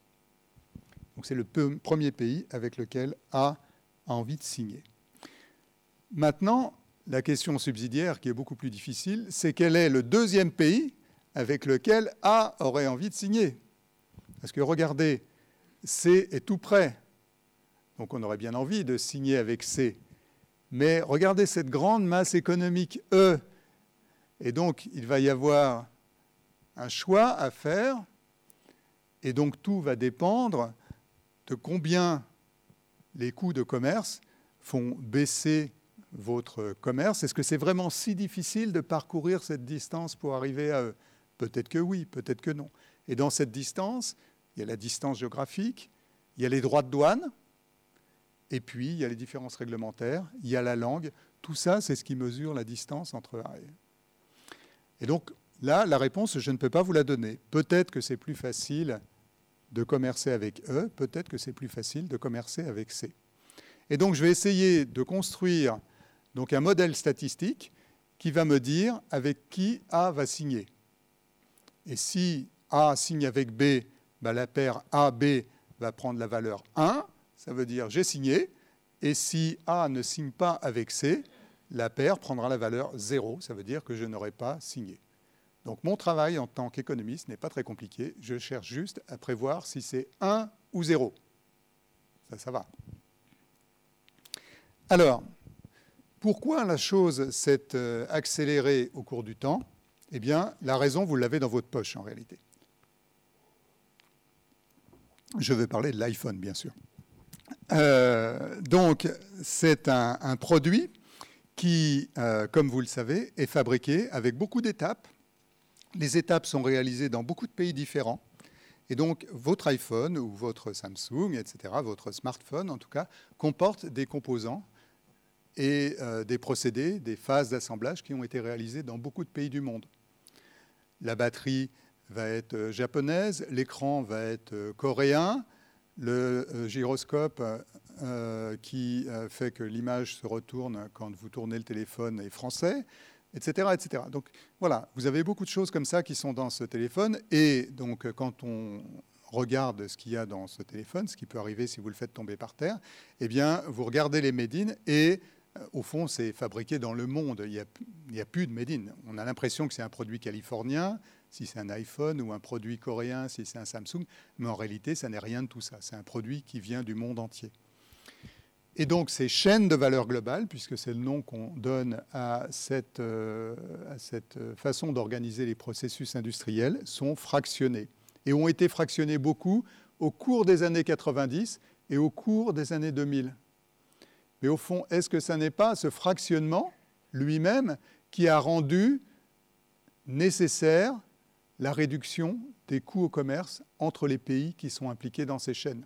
Donc c'est le premier pays avec lequel A a envie de signer. Maintenant, la question subsidiaire, qui est beaucoup plus difficile, c'est quel est le deuxième pays avec lequel A aurait envie de signer? Parce que regardez, C est tout près. Donc on aurait bien envie de signer avec C. Mais regardez cette grande masse économique E. Et donc il va y avoir un choix à faire. Et donc tout va dépendre de combien les coûts de commerce font baisser votre commerce. Est-ce que c'est vraiment si difficile de parcourir cette distance pour arriver à eux? Peut-être que oui, peut-être que non. Et dans cette distance, il y a la distance géographique, il y a les droits de douane, et puis il y a les différences réglementaires, il y a la langue. Tout ça, c'est ce qui mesure la distance entre A et B. Et donc là, la réponse, je ne peux pas vous la donner. Peut-être que c'est plus facile de commercer avec E, peut-être que c'est plus facile de commercer avec C. Et donc je vais essayer de construire donc un modèle statistique qui va me dire avec qui A va signer. Et si A signe avec B, la paire AB va prendre la valeur 1, ça veut dire j'ai signé. Et si A ne signe pas avec C, la paire prendra la valeur 0, ça veut dire que je n'aurai pas signé. Donc mon travail en tant qu'économiste n'est pas très compliqué, je cherche juste à prévoir si c'est 1 ou 0. Ça va. Alors, pourquoi la chose s'est accélérée au cours du temps? Eh bien, la raison, vous l'avez dans votre poche en réalité. Je vais parler de l'iPhone, bien sûr. Donc, c'est un produit qui, comme vous le savez, est fabriqué avec beaucoup d'étapes. Les étapes sont réalisées dans beaucoup de pays différents. Et donc, votre iPhone ou votre Samsung, etc., votre smartphone, en tout cas, comporte des composants et des procédés, des phases d'assemblage qui ont été réalisées dans beaucoup de pays du monde. La batterie va être japonaise, l'écran va être coréen, le gyroscope qui fait que l'image se retourne quand vous tournez le téléphone est français, etc., etc. Donc voilà, vous avez beaucoup de choses comme ça qui sont dans ce téléphone. Et donc quand on regarde ce qu'il y a dans ce téléphone, ce qui peut arriver si vous le faites tomber par terre, eh bien vous regardez les made in et au fond c'est fabriqué dans le monde. Il n'y a plus de made in. On a l'impression que c'est un produit californien, si c'est un iPhone, ou un produit coréen, si c'est un Samsung, mais en réalité, ça n'est rien de tout ça. C'est un produit qui vient du monde entier. Et donc, ces chaînes de valeur globale, puisque c'est le nom qu'on donne à cette façon d'organiser les processus industriels, sont fractionnées. Et ont été fractionnées beaucoup au cours des années 90 et au cours des années 2000. Mais au fond, est-ce que ça n'est pas ce fractionnement lui-même qui a rendu nécessaire la réduction des coûts au commerce entre les pays qui sont impliqués dans ces chaînes?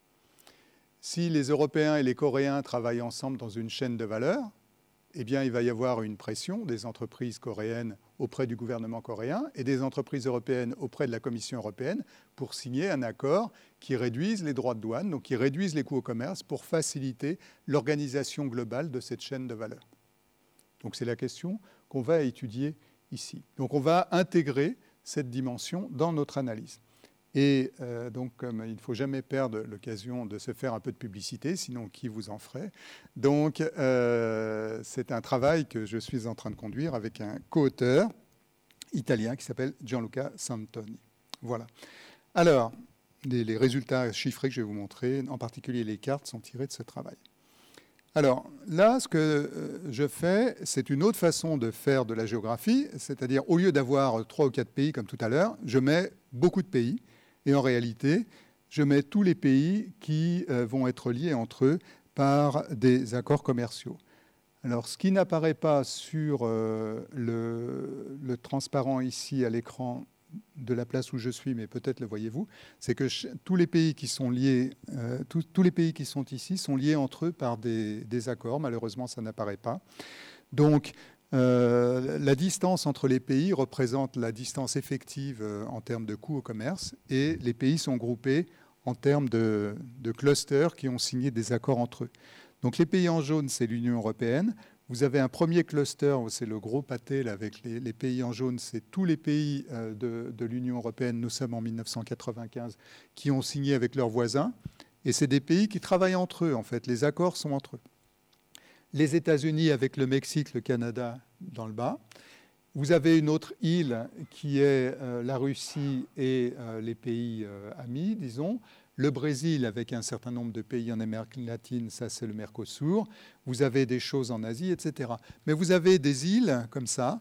Si les Européens et les Coréens travaillent ensemble dans une chaîne de valeur, eh bien, il va y avoir une pression des entreprises coréennes auprès du gouvernement coréen et des entreprises européennes auprès de la Commission européenne pour signer un accord qui réduise les droits de douane, donc qui réduise les coûts au commerce pour faciliter l'organisation globale de cette chaîne de valeur. Donc, c'est la question qu'on va étudier ici. Donc, on va intégrer cette dimension dans notre analyse. Et donc, comme il ne faut jamais perdre l'occasion de se faire un peu de publicité, sinon qui vous en ferait? Donc, c'est un travail que je suis en train de conduire avec un co-auteur italien qui s'appelle Gianluca Santoni. Voilà. Alors, les résultats chiffrés que je vais vous montrer, en particulier les cartes, sont tirés de ce travail. Alors là, ce que je fais, c'est une autre façon de faire de la géographie, c'est-à-dire au lieu d'avoir 3 ou 4 pays comme tout à l'heure, je mets beaucoup de pays et en réalité, je mets tous les pays qui vont être liés entre eux par des accords commerciaux. Alors ce qui n'apparaît pas sur le transparent ici à l'écran de la place où je suis, mais peut-être le voyez-vous, c'est que tous les pays qui sont liés, tous les pays qui sont ici sont liés entre eux par des accords. Malheureusement, ça n'apparaît pas. Donc, la distance entre les pays représente la distance effective en termes de coûts au commerce, et les pays sont groupés en termes de clusters qui ont signé des accords entre eux. Donc, les pays en jaune, c'est l'Union européenne. Vous avez un premier cluster, c'est le gros pâté là, avec les pays en jaune, c'est tous les pays de l'Union européenne, nous sommes en 1995, qui ont signé avec leurs voisins. Et c'est des pays qui travaillent entre eux, en fait. Les accords sont entre eux. Les États-Unis avec le Mexique, le Canada dans le bas. Vous avez une autre île qui est la Russie et les pays amis, disons. Le Brésil, avec un certain nombre de pays en Amérique latine, ça c'est le Mercosur. Vous avez des choses en Asie, etc. Mais vous avez des îles comme ça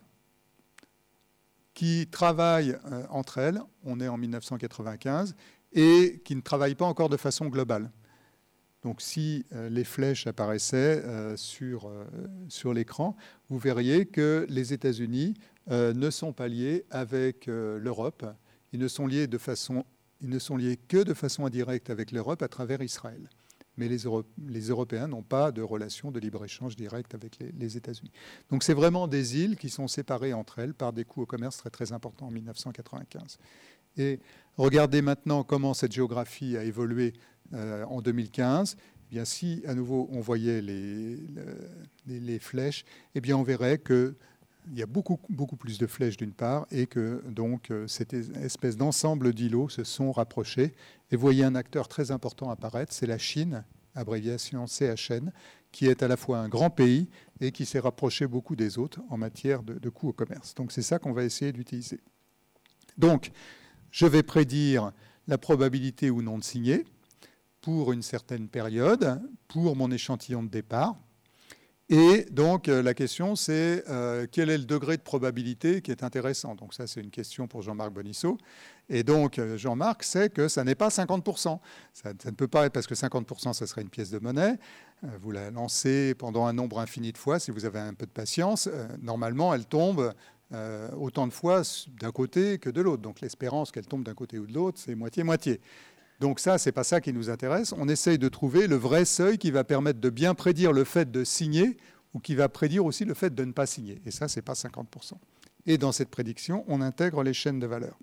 qui travaillent entre elles, on est en 1995, et qui ne travaillent pas encore de façon globale. Donc si les flèches apparaissaient sur l'écran, vous verriez que les États-Unis ne sont pas liés avec l'Europe. Ils ne sont liés que de façon indirecte avec l'Europe à travers Israël. Mais les Européens n'ont pas de relation de libre-échange direct avec les États-Unis. Donc c'est vraiment des îles qui sont séparées entre elles par des coûts au commerce très très importants en 1995. Et regardez maintenant comment cette géographie a évolué en 2015. Eh bien, si à nouveau on voyait les flèches, eh bien on verrait que il y a beaucoup plus de flèches d'une part et que donc cette espèce d'ensemble d'îlots se sont rapprochés. Et vous voyez un acteur très important apparaître, c'est la Chine, abréviation CHN, qui est à la fois un grand pays et qui s'est rapproché beaucoup des autres en matière de coûts au commerce. Donc c'est ça qu'on va essayer d'utiliser. Donc je vais prédire la probabilité ou non de signer pour une certaine période, pour mon échantillon de départ. Et donc, la question, c'est quel est le degré de probabilité qui est intéressant. Donc ça, c'est une question pour Jean-Marc Bonisseau. Et donc, Jean-Marc sait que ça n'est pas 50%. Ça ne peut pas être, parce que 50%, ça serait une pièce de monnaie. Vous la lancez pendant un nombre infini de fois, si vous avez un peu de patience. Normalement, elle tombe autant de fois d'un côté que de l'autre. Donc, l'espérance qu'elle tombe d'un côté ou de l'autre, c'est moitié-moitié. Donc ça, ce n'est pas ça qui nous intéresse. On essaye de trouver le vrai seuil qui va permettre de bien prédire le fait de signer ou qui va prédire aussi le fait de ne pas signer. Et ça, ce n'est pas 50%. Et dans cette prédiction, on intègre les chaînes de valeur.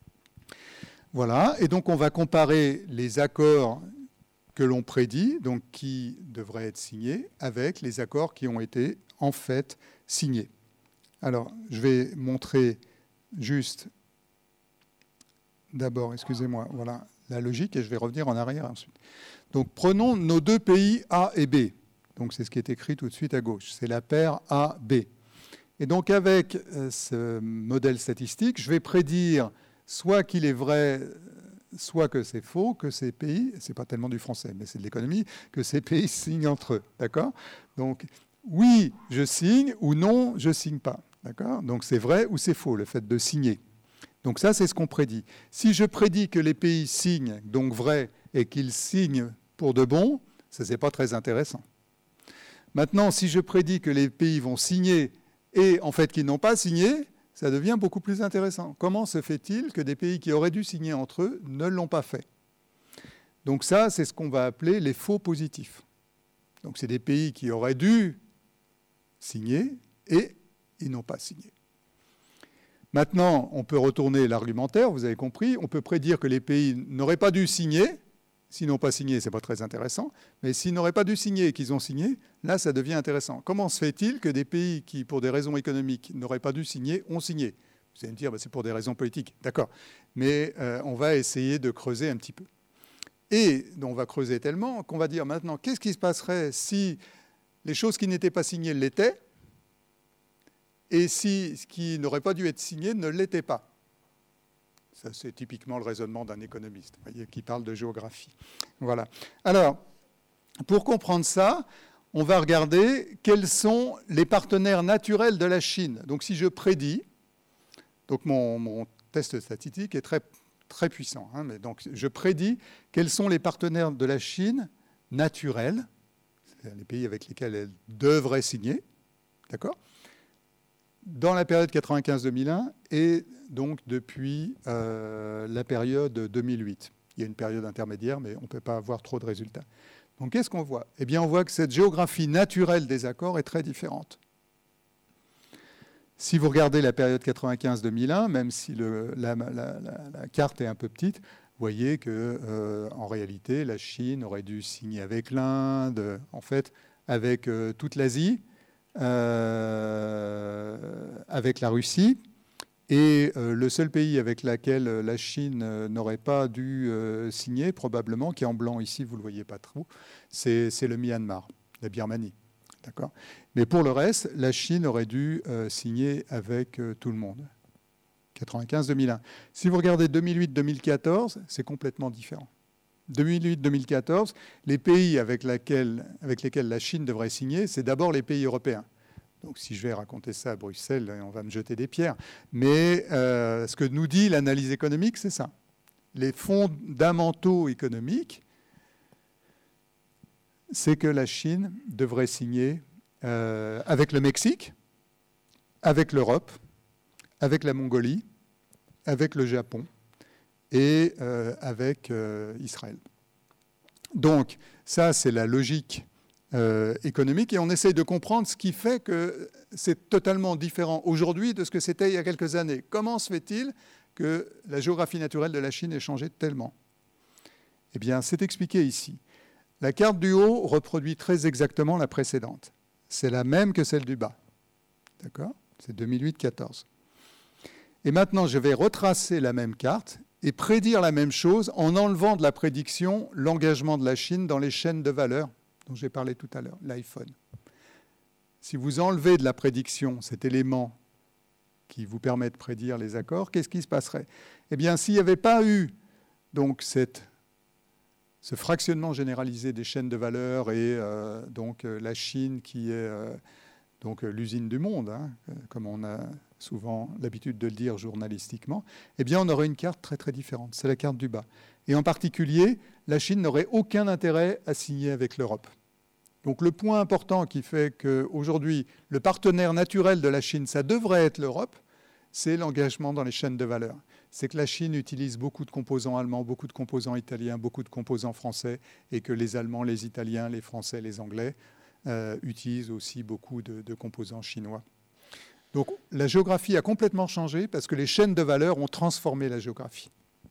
Voilà. Et donc, on va comparer les accords que l'on prédit, donc qui devraient être signés, avec les accords qui ont été en fait signés. Alors, je vais montrer juste d'abord, excusez-moi, voilà, la logique, et je vais revenir en arrière ensuite. Donc, prenons nos deux pays A et B. Donc, c'est ce qui est écrit tout de suite à gauche. C'est la paire A-B. Et donc, avec ce modèle statistique, je vais prédire soit qu'il est vrai, soit que c'est faux, que ces pays, c'est pas tellement du français, mais c'est de l'économie, que ces pays signent entre eux. D'accord ? Donc, oui, je signe, ou non, je signe pas. D'accord ? Donc, c'est vrai ou c'est faux, le fait de signer. Donc ça, c'est ce qu'on prédit. Si je prédis que les pays signent, donc vrai, et qu'ils signent pour de bon, ça, c'est pas très intéressant. Maintenant, si je prédis que les pays vont signer et en fait qu'ils n'ont pas signé, ça devient beaucoup plus intéressant. Comment se fait-il que des pays qui auraient dû signer entre eux ne l'ont pas fait ? Donc ça, c'est ce qu'on va appeler les faux positifs. Donc c'est des pays qui auraient dû signer et ils n'ont pas signé. Maintenant, on peut retourner l'argumentaire, vous avez compris. On peut prédire que les pays n'auraient pas dû signer. S'ils n'ont pas signé, ce n'est pas très intéressant. Mais s'ils n'auraient pas dû signer et qu'ils ont signé, là, ça devient intéressant. Comment se fait-il que des pays qui, pour des raisons économiques, n'auraient pas dû signer, ont signé ? Vous allez me dire, c'est pour des raisons politiques. D'accord. Mais on va essayer de creuser un petit peu. Et on va creuser tellement qu'on va dire maintenant, qu'est-ce qui se passerait si les choses qui n'étaient pas signées l'étaient ? Et si ce qui n'aurait pas dû être signé ne l'était pas. Ça, c'est typiquement le raisonnement d'un économiste, vous voyez, qui parle de géographie. Voilà. Alors, pour comprendre ça, on va regarder quels sont les partenaires naturels de la Chine. Donc, si je prédis, donc mon test statistique est très, très puissant, hein, mais donc je prédis quels sont les partenaires de la Chine naturels, c'est-à-dire les pays avec lesquels elle devrait signer, d'accord ? Dans la période 95-2001 et donc depuis la période 2008. Il y a une période intermédiaire, mais on ne peut pas avoir trop de résultats. Donc qu'est-ce qu'on voit ? Eh bien, on voit que cette géographie naturelle des accords est très différente. Si vous regardez la période 95-2001, même si la carte est un peu petite, vous voyez qu'en réalité, la Chine aurait dû signer avec l'Inde, en fait, avec toute l'Asie, avec la Russie, et le seul pays avec lequel la Chine n'aurait pas dû signer, probablement, qui est en blanc ici, vous ne le voyez pas trop, c'est le Myanmar, la Birmanie. D'accord ? Mais pour le reste, la Chine aurait dû signer avec tout le monde. 95-2001. Si vous regardez 2008-2014, c'est complètement différent. 2008-2014, les pays avec lesquels la Chine devrait signer, c'est d'abord les pays européens. Donc si je vais raconter ça à Bruxelles, on va me jeter des pierres. Mais ce que nous dit l'analyse économique, c'est ça. Les fondamentaux économiques, c'est que la Chine devrait signer avec le Mexique, avec l'Europe, avec la Mongolie, avec le Japon et avec Israël. Donc, ça, c'est la logique économique et on essaye de comprendre ce qui fait que c'est totalement différent aujourd'hui de ce que c'était il y a quelques années. Comment se fait-il que la géographie naturelle de la Chine ait changé tellement ? Eh bien, c'est expliqué ici. La carte du haut reproduit très exactement la précédente. C'est la même que celle du bas. D'accord ? C'est 2008-14. Et maintenant, je vais retracer la même carte et prédire la même chose en enlevant de la prédiction l'engagement de la Chine dans les chaînes de valeur dont j'ai parlé tout à l'heure, l'iPhone. Si vous enlevez de la prédiction cet élément qui vous permet de prédire les accords, qu'est-ce qui se passerait ? Eh bien, s'il n'y avait pas eu donc ce fractionnement généralisé des chaînes de valeur et donc la Chine qui est donc l'usine du monde, hein, comme on a souvent l'habitude de le dire journalistiquement, eh bien on aurait une carte très très différente. C'est la carte du bas. Et en particulier, la Chine n'aurait aucun intérêt à signer avec l'Europe. Donc le point important qui fait qu'aujourd'hui, le partenaire naturel de la Chine, ça devrait être l'Europe, c'est l'engagement dans les chaînes de valeur. C'est que la Chine utilise beaucoup de composants allemands, beaucoup de composants italiens, beaucoup de composants français, et que les Allemands, les Italiens, les Français, les Anglais utilisent aussi beaucoup de composants chinois. Donc la géographie a complètement changé parce que les chaînes de valeur ont transformé la géographie.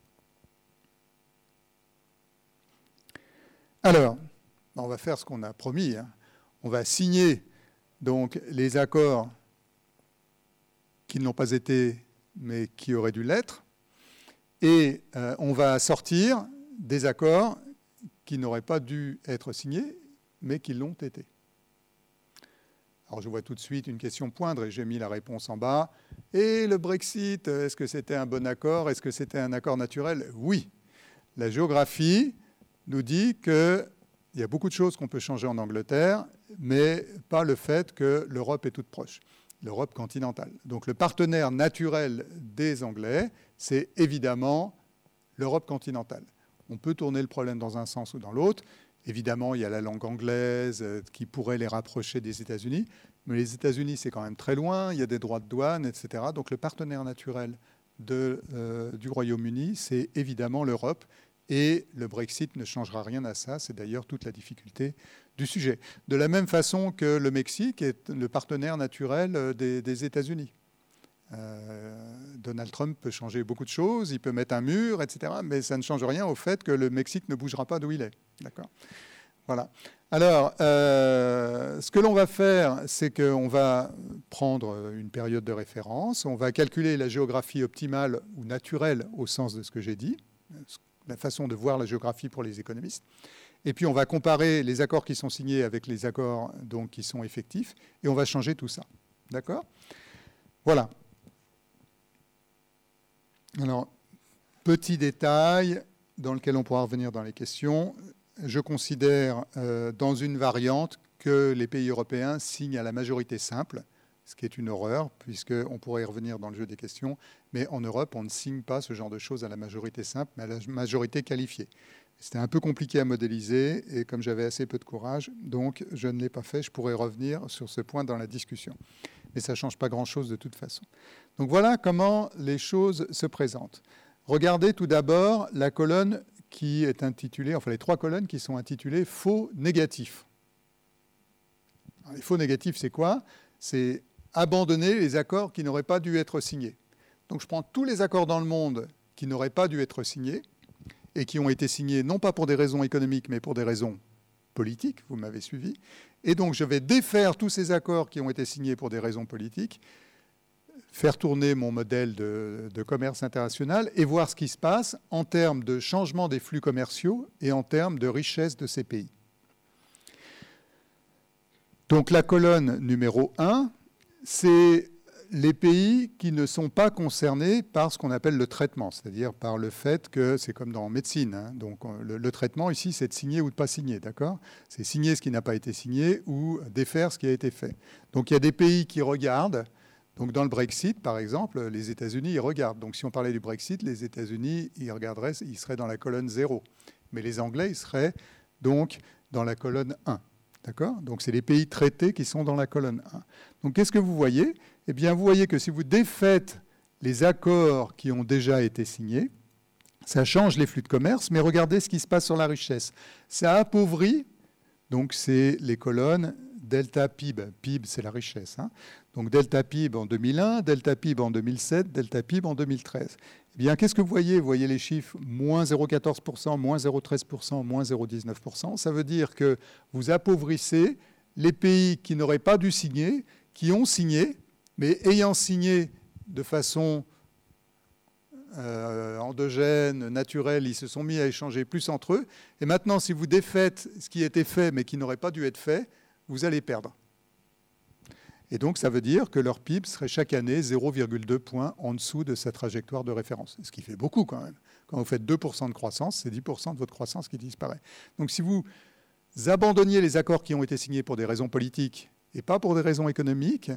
Alors, on va faire ce qu'on a promis. On va signer donc les accords qui n'ont pas été, mais qui auraient dû l'être. Et on va sortir des accords qui n'auraient pas dû être signés, mais qui l'ont été. Alors je vois tout de suite une question poindre et j'ai mis la réponse en bas. Et le Brexit, est-ce que c'était un bon accord? Est-ce que c'était un accord naturel? Oui. La géographie nous dit qu'il y a beaucoup de choses qu'on peut changer en Angleterre, mais pas le fait que l'Europe est toute proche, l'Europe continentale. Donc le partenaire naturel des Anglais, c'est évidemment l'Europe continentale. On peut tourner le problème dans un sens ou dans l'autre. Évidemment, il y a la langue anglaise qui pourrait les rapprocher des États-Unis, mais les États-Unis, c'est quand même très loin, il y a des droits de douane, etc. Donc le partenaire naturel du Royaume-Uni, c'est évidemment l'Europe, et le Brexit ne changera rien à ça. C'est d'ailleurs toute la difficulté du sujet. De la même façon que le Mexique est le partenaire naturel des États-Unis. Donald Trump peut changer beaucoup de choses, il peut mettre un mur, etc., mais ça ne change rien au fait que le Mexique ne bougera pas d'où il est. D'accord ? Voilà. Alors, ce que l'on va faire, c'est qu'on va prendre une période de référence, on va calculer la géographie optimale ou naturelle au sens de ce que j'ai dit, la façon de voir la géographie pour les économistes, et puis on va comparer les accords qui sont signés avec les accords donc, qui sont effectifs, et on va changer tout ça. D'accord ? Voilà. Alors, petit détail dans lequel on pourra revenir dans les questions. Je considère dans une variante que les pays européens signent à la majorité simple, ce qui est une horreur, puisqu'on pourrait y revenir dans le jeu des questions. Mais en Europe, on ne signe pas ce genre de choses à la majorité simple, mais à la majorité qualifiée. C'était un peu compliqué à modéliser, et comme j'avais assez peu de courage, donc je ne l'ai pas fait. Je pourrais revenir sur ce point dans la discussion. Mais ça ne change pas grand-chose de toute façon. Donc voilà comment les choses se présentent. Regardez tout d'abord la colonne qui est intitulée, enfin les trois colonnes qui sont intitulées « faux négatifs ». Les faux négatifs, c'est quoi? C'est abandonner les accords qui n'auraient pas dû être signés. Donc je prends tous les accords dans le monde qui n'auraient pas dû être signés et qui ont été signés non pas pour des raisons économiques, mais pour des raisons politiques, vous m'avez suivi. Et donc je vais défaire tous ces accords qui ont été signés pour des raisons politiques, faire tourner mon modèle de commerce international et voir ce qui se passe en termes de changement des flux commerciaux et en termes de richesse de ces pays. Donc la colonne numéro 1, c'est les pays qui ne sont pas concernés par ce qu'on appelle le traitement, c'est-à-dire par le fait que c'est comme dans médecine. Hein, donc le traitement ici, c'est de signer ou de ne pas signer, d'accord? C'est signer ce qui n'a pas été signé ou défaire ce qui a été fait. Donc il y a des pays qui regardent. Donc dans le Brexit, par exemple, les États-Unis, ils regardent. Donc si on parlait du Brexit, les États-Unis, ils regarderaient, ils seraient dans la colonne 0. Mais les Anglais, ils seraient donc dans la colonne 1. D'accord ? Donc c'est les pays traités qui sont dans la colonne 1. Donc qu'est-ce que vous voyez ? Eh bien, vous voyez que si vous défaites les accords qui ont déjà été signés, ça change les flux de commerce, mais regardez ce qui se passe sur la richesse. Ça appauvrit, donc c'est les colonnes delta PIB. PIB, c'est la richesse. Hein. Donc delta PIB en 2001, delta PIB en 2007, delta PIB en 2013. Eh bien, qu'est-ce que vous voyez ? Vous voyez les chiffres moins 0,14%, moins 0,13%, moins 0,19%. Ça veut dire que vous appauvrissez les pays qui n'auraient pas dû signer, qui ont signé, mais ayant signé de façon endogène, naturelle, ils se sont mis à échanger plus entre eux. Et maintenant, si vous défaites ce qui était fait, mais qui n'aurait pas dû être fait, vous allez perdre. Et donc, ça veut dire que leur PIB serait chaque année 0,2 points en dessous de sa trajectoire de référence. Ce qui fait beaucoup quand même. Quand vous faites 2% de croissance, c'est 10% de votre croissance qui disparaît. Donc, si vous abandonniez les accords qui ont été signés pour des raisons politiques et pas pour des raisons économiques,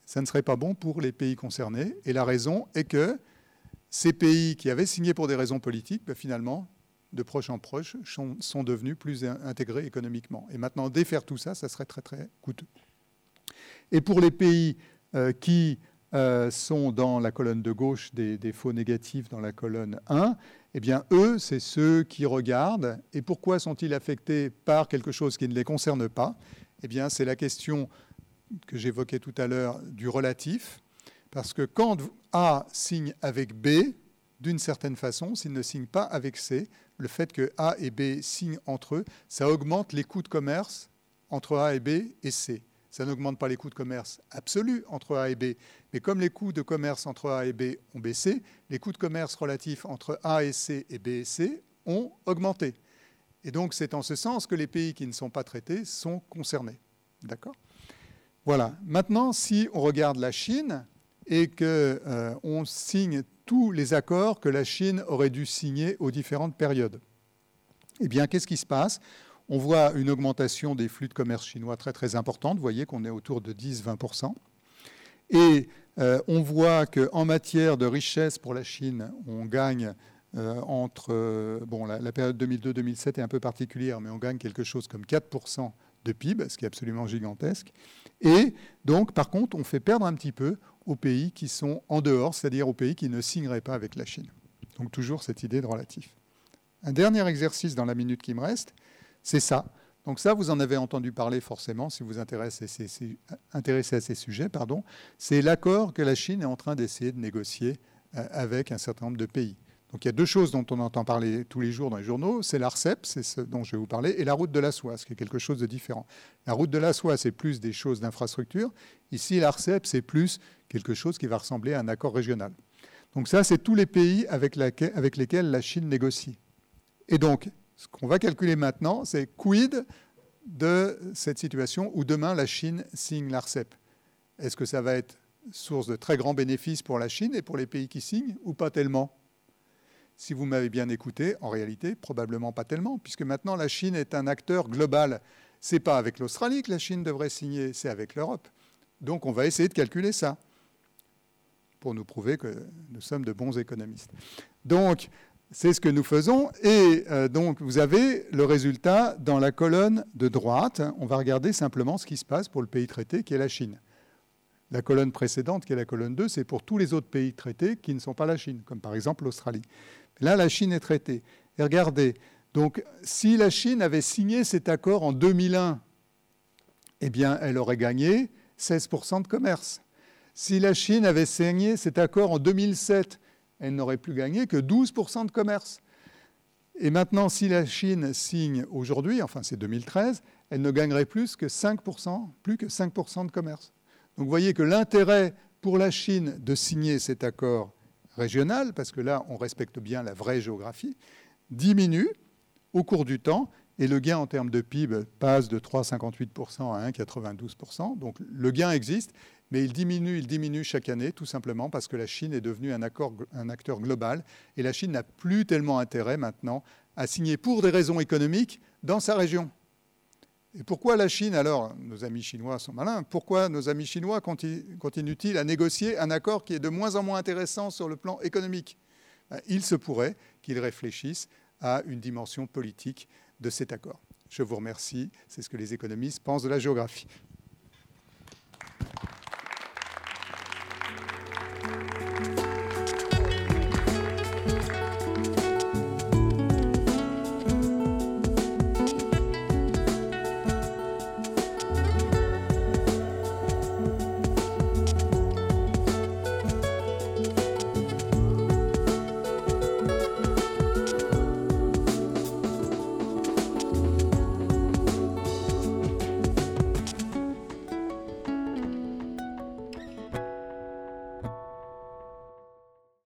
ça ne serait pas bon pour les pays concernés. Et la raison est que ces pays qui avaient signé pour des raisons politiques, finalement, de proche en proche, sont devenus plus intégrés économiquement. Et maintenant, défaire tout ça, ça serait très, très coûteux. Et pour les pays qui sont dans la colonne de gauche des faux négatifs dans la colonne 1, eh bien, eux, c'est ceux qui regardent. Et pourquoi sont-ils affectés par quelque chose qui ne les concerne pas? Eh bien, c'est la question que j'évoquais tout à l'heure du relatif. Parce que quand A signe avec B, d'une certaine façon, s'il ne signe pas avec C, le fait que A et B signent entre eux, ça augmente les coûts de commerce entre A et B et C. Ça n'augmente pas les coûts de commerce absolus entre A et B, mais comme les coûts de commerce entre A et B ont baissé, les coûts de commerce relatifs entre A et C et B et C ont augmenté. Et donc, c'est en ce sens que les pays qui ne sont pas traités sont concernés. D'accord ? Voilà. Maintenant, si on regarde la Chine et qu'on signe tous les accords que la Chine aurait dû signer aux différentes périodes, eh bien, qu'est-ce qui se passe ? On voit une augmentation des flux de commerce chinois très, très importante. Vous voyez qu'on est autour de 10-20%. Et on voit qu'en matière de richesse pour la Chine, on gagne entre... bon, la période 2002-2007 est un peu particulière, mais on gagne quelque chose comme 4% de PIB, ce qui est absolument gigantesque. Et donc, par contre, on fait perdre un petit peu aux pays qui sont en dehors, c'est-à-dire aux pays qui ne signeraient pas avec la Chine. Donc, toujours cette idée de relatif. Un dernier exercice dans la minute qui me reste, c'est ça. Donc ça, vous en avez entendu parler forcément si vous vous intéressez à ces sujets. C'est l'accord que la Chine est en train d'essayer de négocier avec un certain nombre de pays. Donc il y a deux choses dont on entend parler tous les jours dans les journaux. C'est l'ARCEP, c'est ce dont je vais vous parler, et la route de la soie, ce qui est quelque chose de différent. La route de la soie, c'est plus des choses d'infrastructure. Ici, l'ARCEP, c'est plus quelque chose qui va ressembler à un accord régional. Donc ça, c'est tous les pays avec lesquels la Chine négocie. Et donc, ce qu'on va calculer maintenant, c'est quid de cette situation où demain la Chine signe l'ARCEP. Est-ce que ça va être source de très grands bénéfices pour la Chine et pour les pays qui signent ou pas tellement? Si vous m'avez bien écouté, en réalité, probablement pas tellement, puisque maintenant la Chine est un acteur global. Ce n'est pas avec l'Australie que la Chine devrait signer, c'est avec l'Europe. Donc on va essayer de calculer ça pour nous prouver que nous sommes de bons économistes. Donc, c'est ce que nous faisons. Et donc, vous avez le résultat dans la colonne de droite. On va regarder simplement ce qui se passe pour le pays traité, qui est la Chine. La colonne précédente, qui est la colonne 2, c'est pour tous les autres pays traités qui ne sont pas la Chine, comme par exemple l'Australie. Là, la Chine est traitée. Et regardez, donc, si la Chine avait signé cet accord en 2001, eh bien, elle aurait gagné 16% de commerce. Si la Chine avait signé cet accord en 2007, elle n'aurait plus gagné que 12% de commerce. Et maintenant, si la Chine signe aujourd'hui, enfin c'est 2013, elle ne gagnerait plus que 5% de commerce. Donc vous voyez que l'intérêt pour la Chine de signer cet accord régional, parce que là on respecte bien la vraie géographie, diminue au cours du temps, et le gain en termes de PIB passe de 3,58% à 1,92%. Donc le gain existe, mais il diminue chaque année, tout simplement parce que la Chine est devenue un acteur global, et la Chine n'a plus tellement intérêt maintenant à signer pour des raisons économiques dans sa région. Et pourquoi la Chine, alors, nos amis chinois sont malins, pourquoi nos amis chinois continuent-ils à négocier un accord qui est de moins en moins intéressant sur le plan économique? Il se pourrait qu'ils réfléchissent à une dimension politique de cet accord. Je vous remercie, c'est ce que les économistes pensent de la géographie.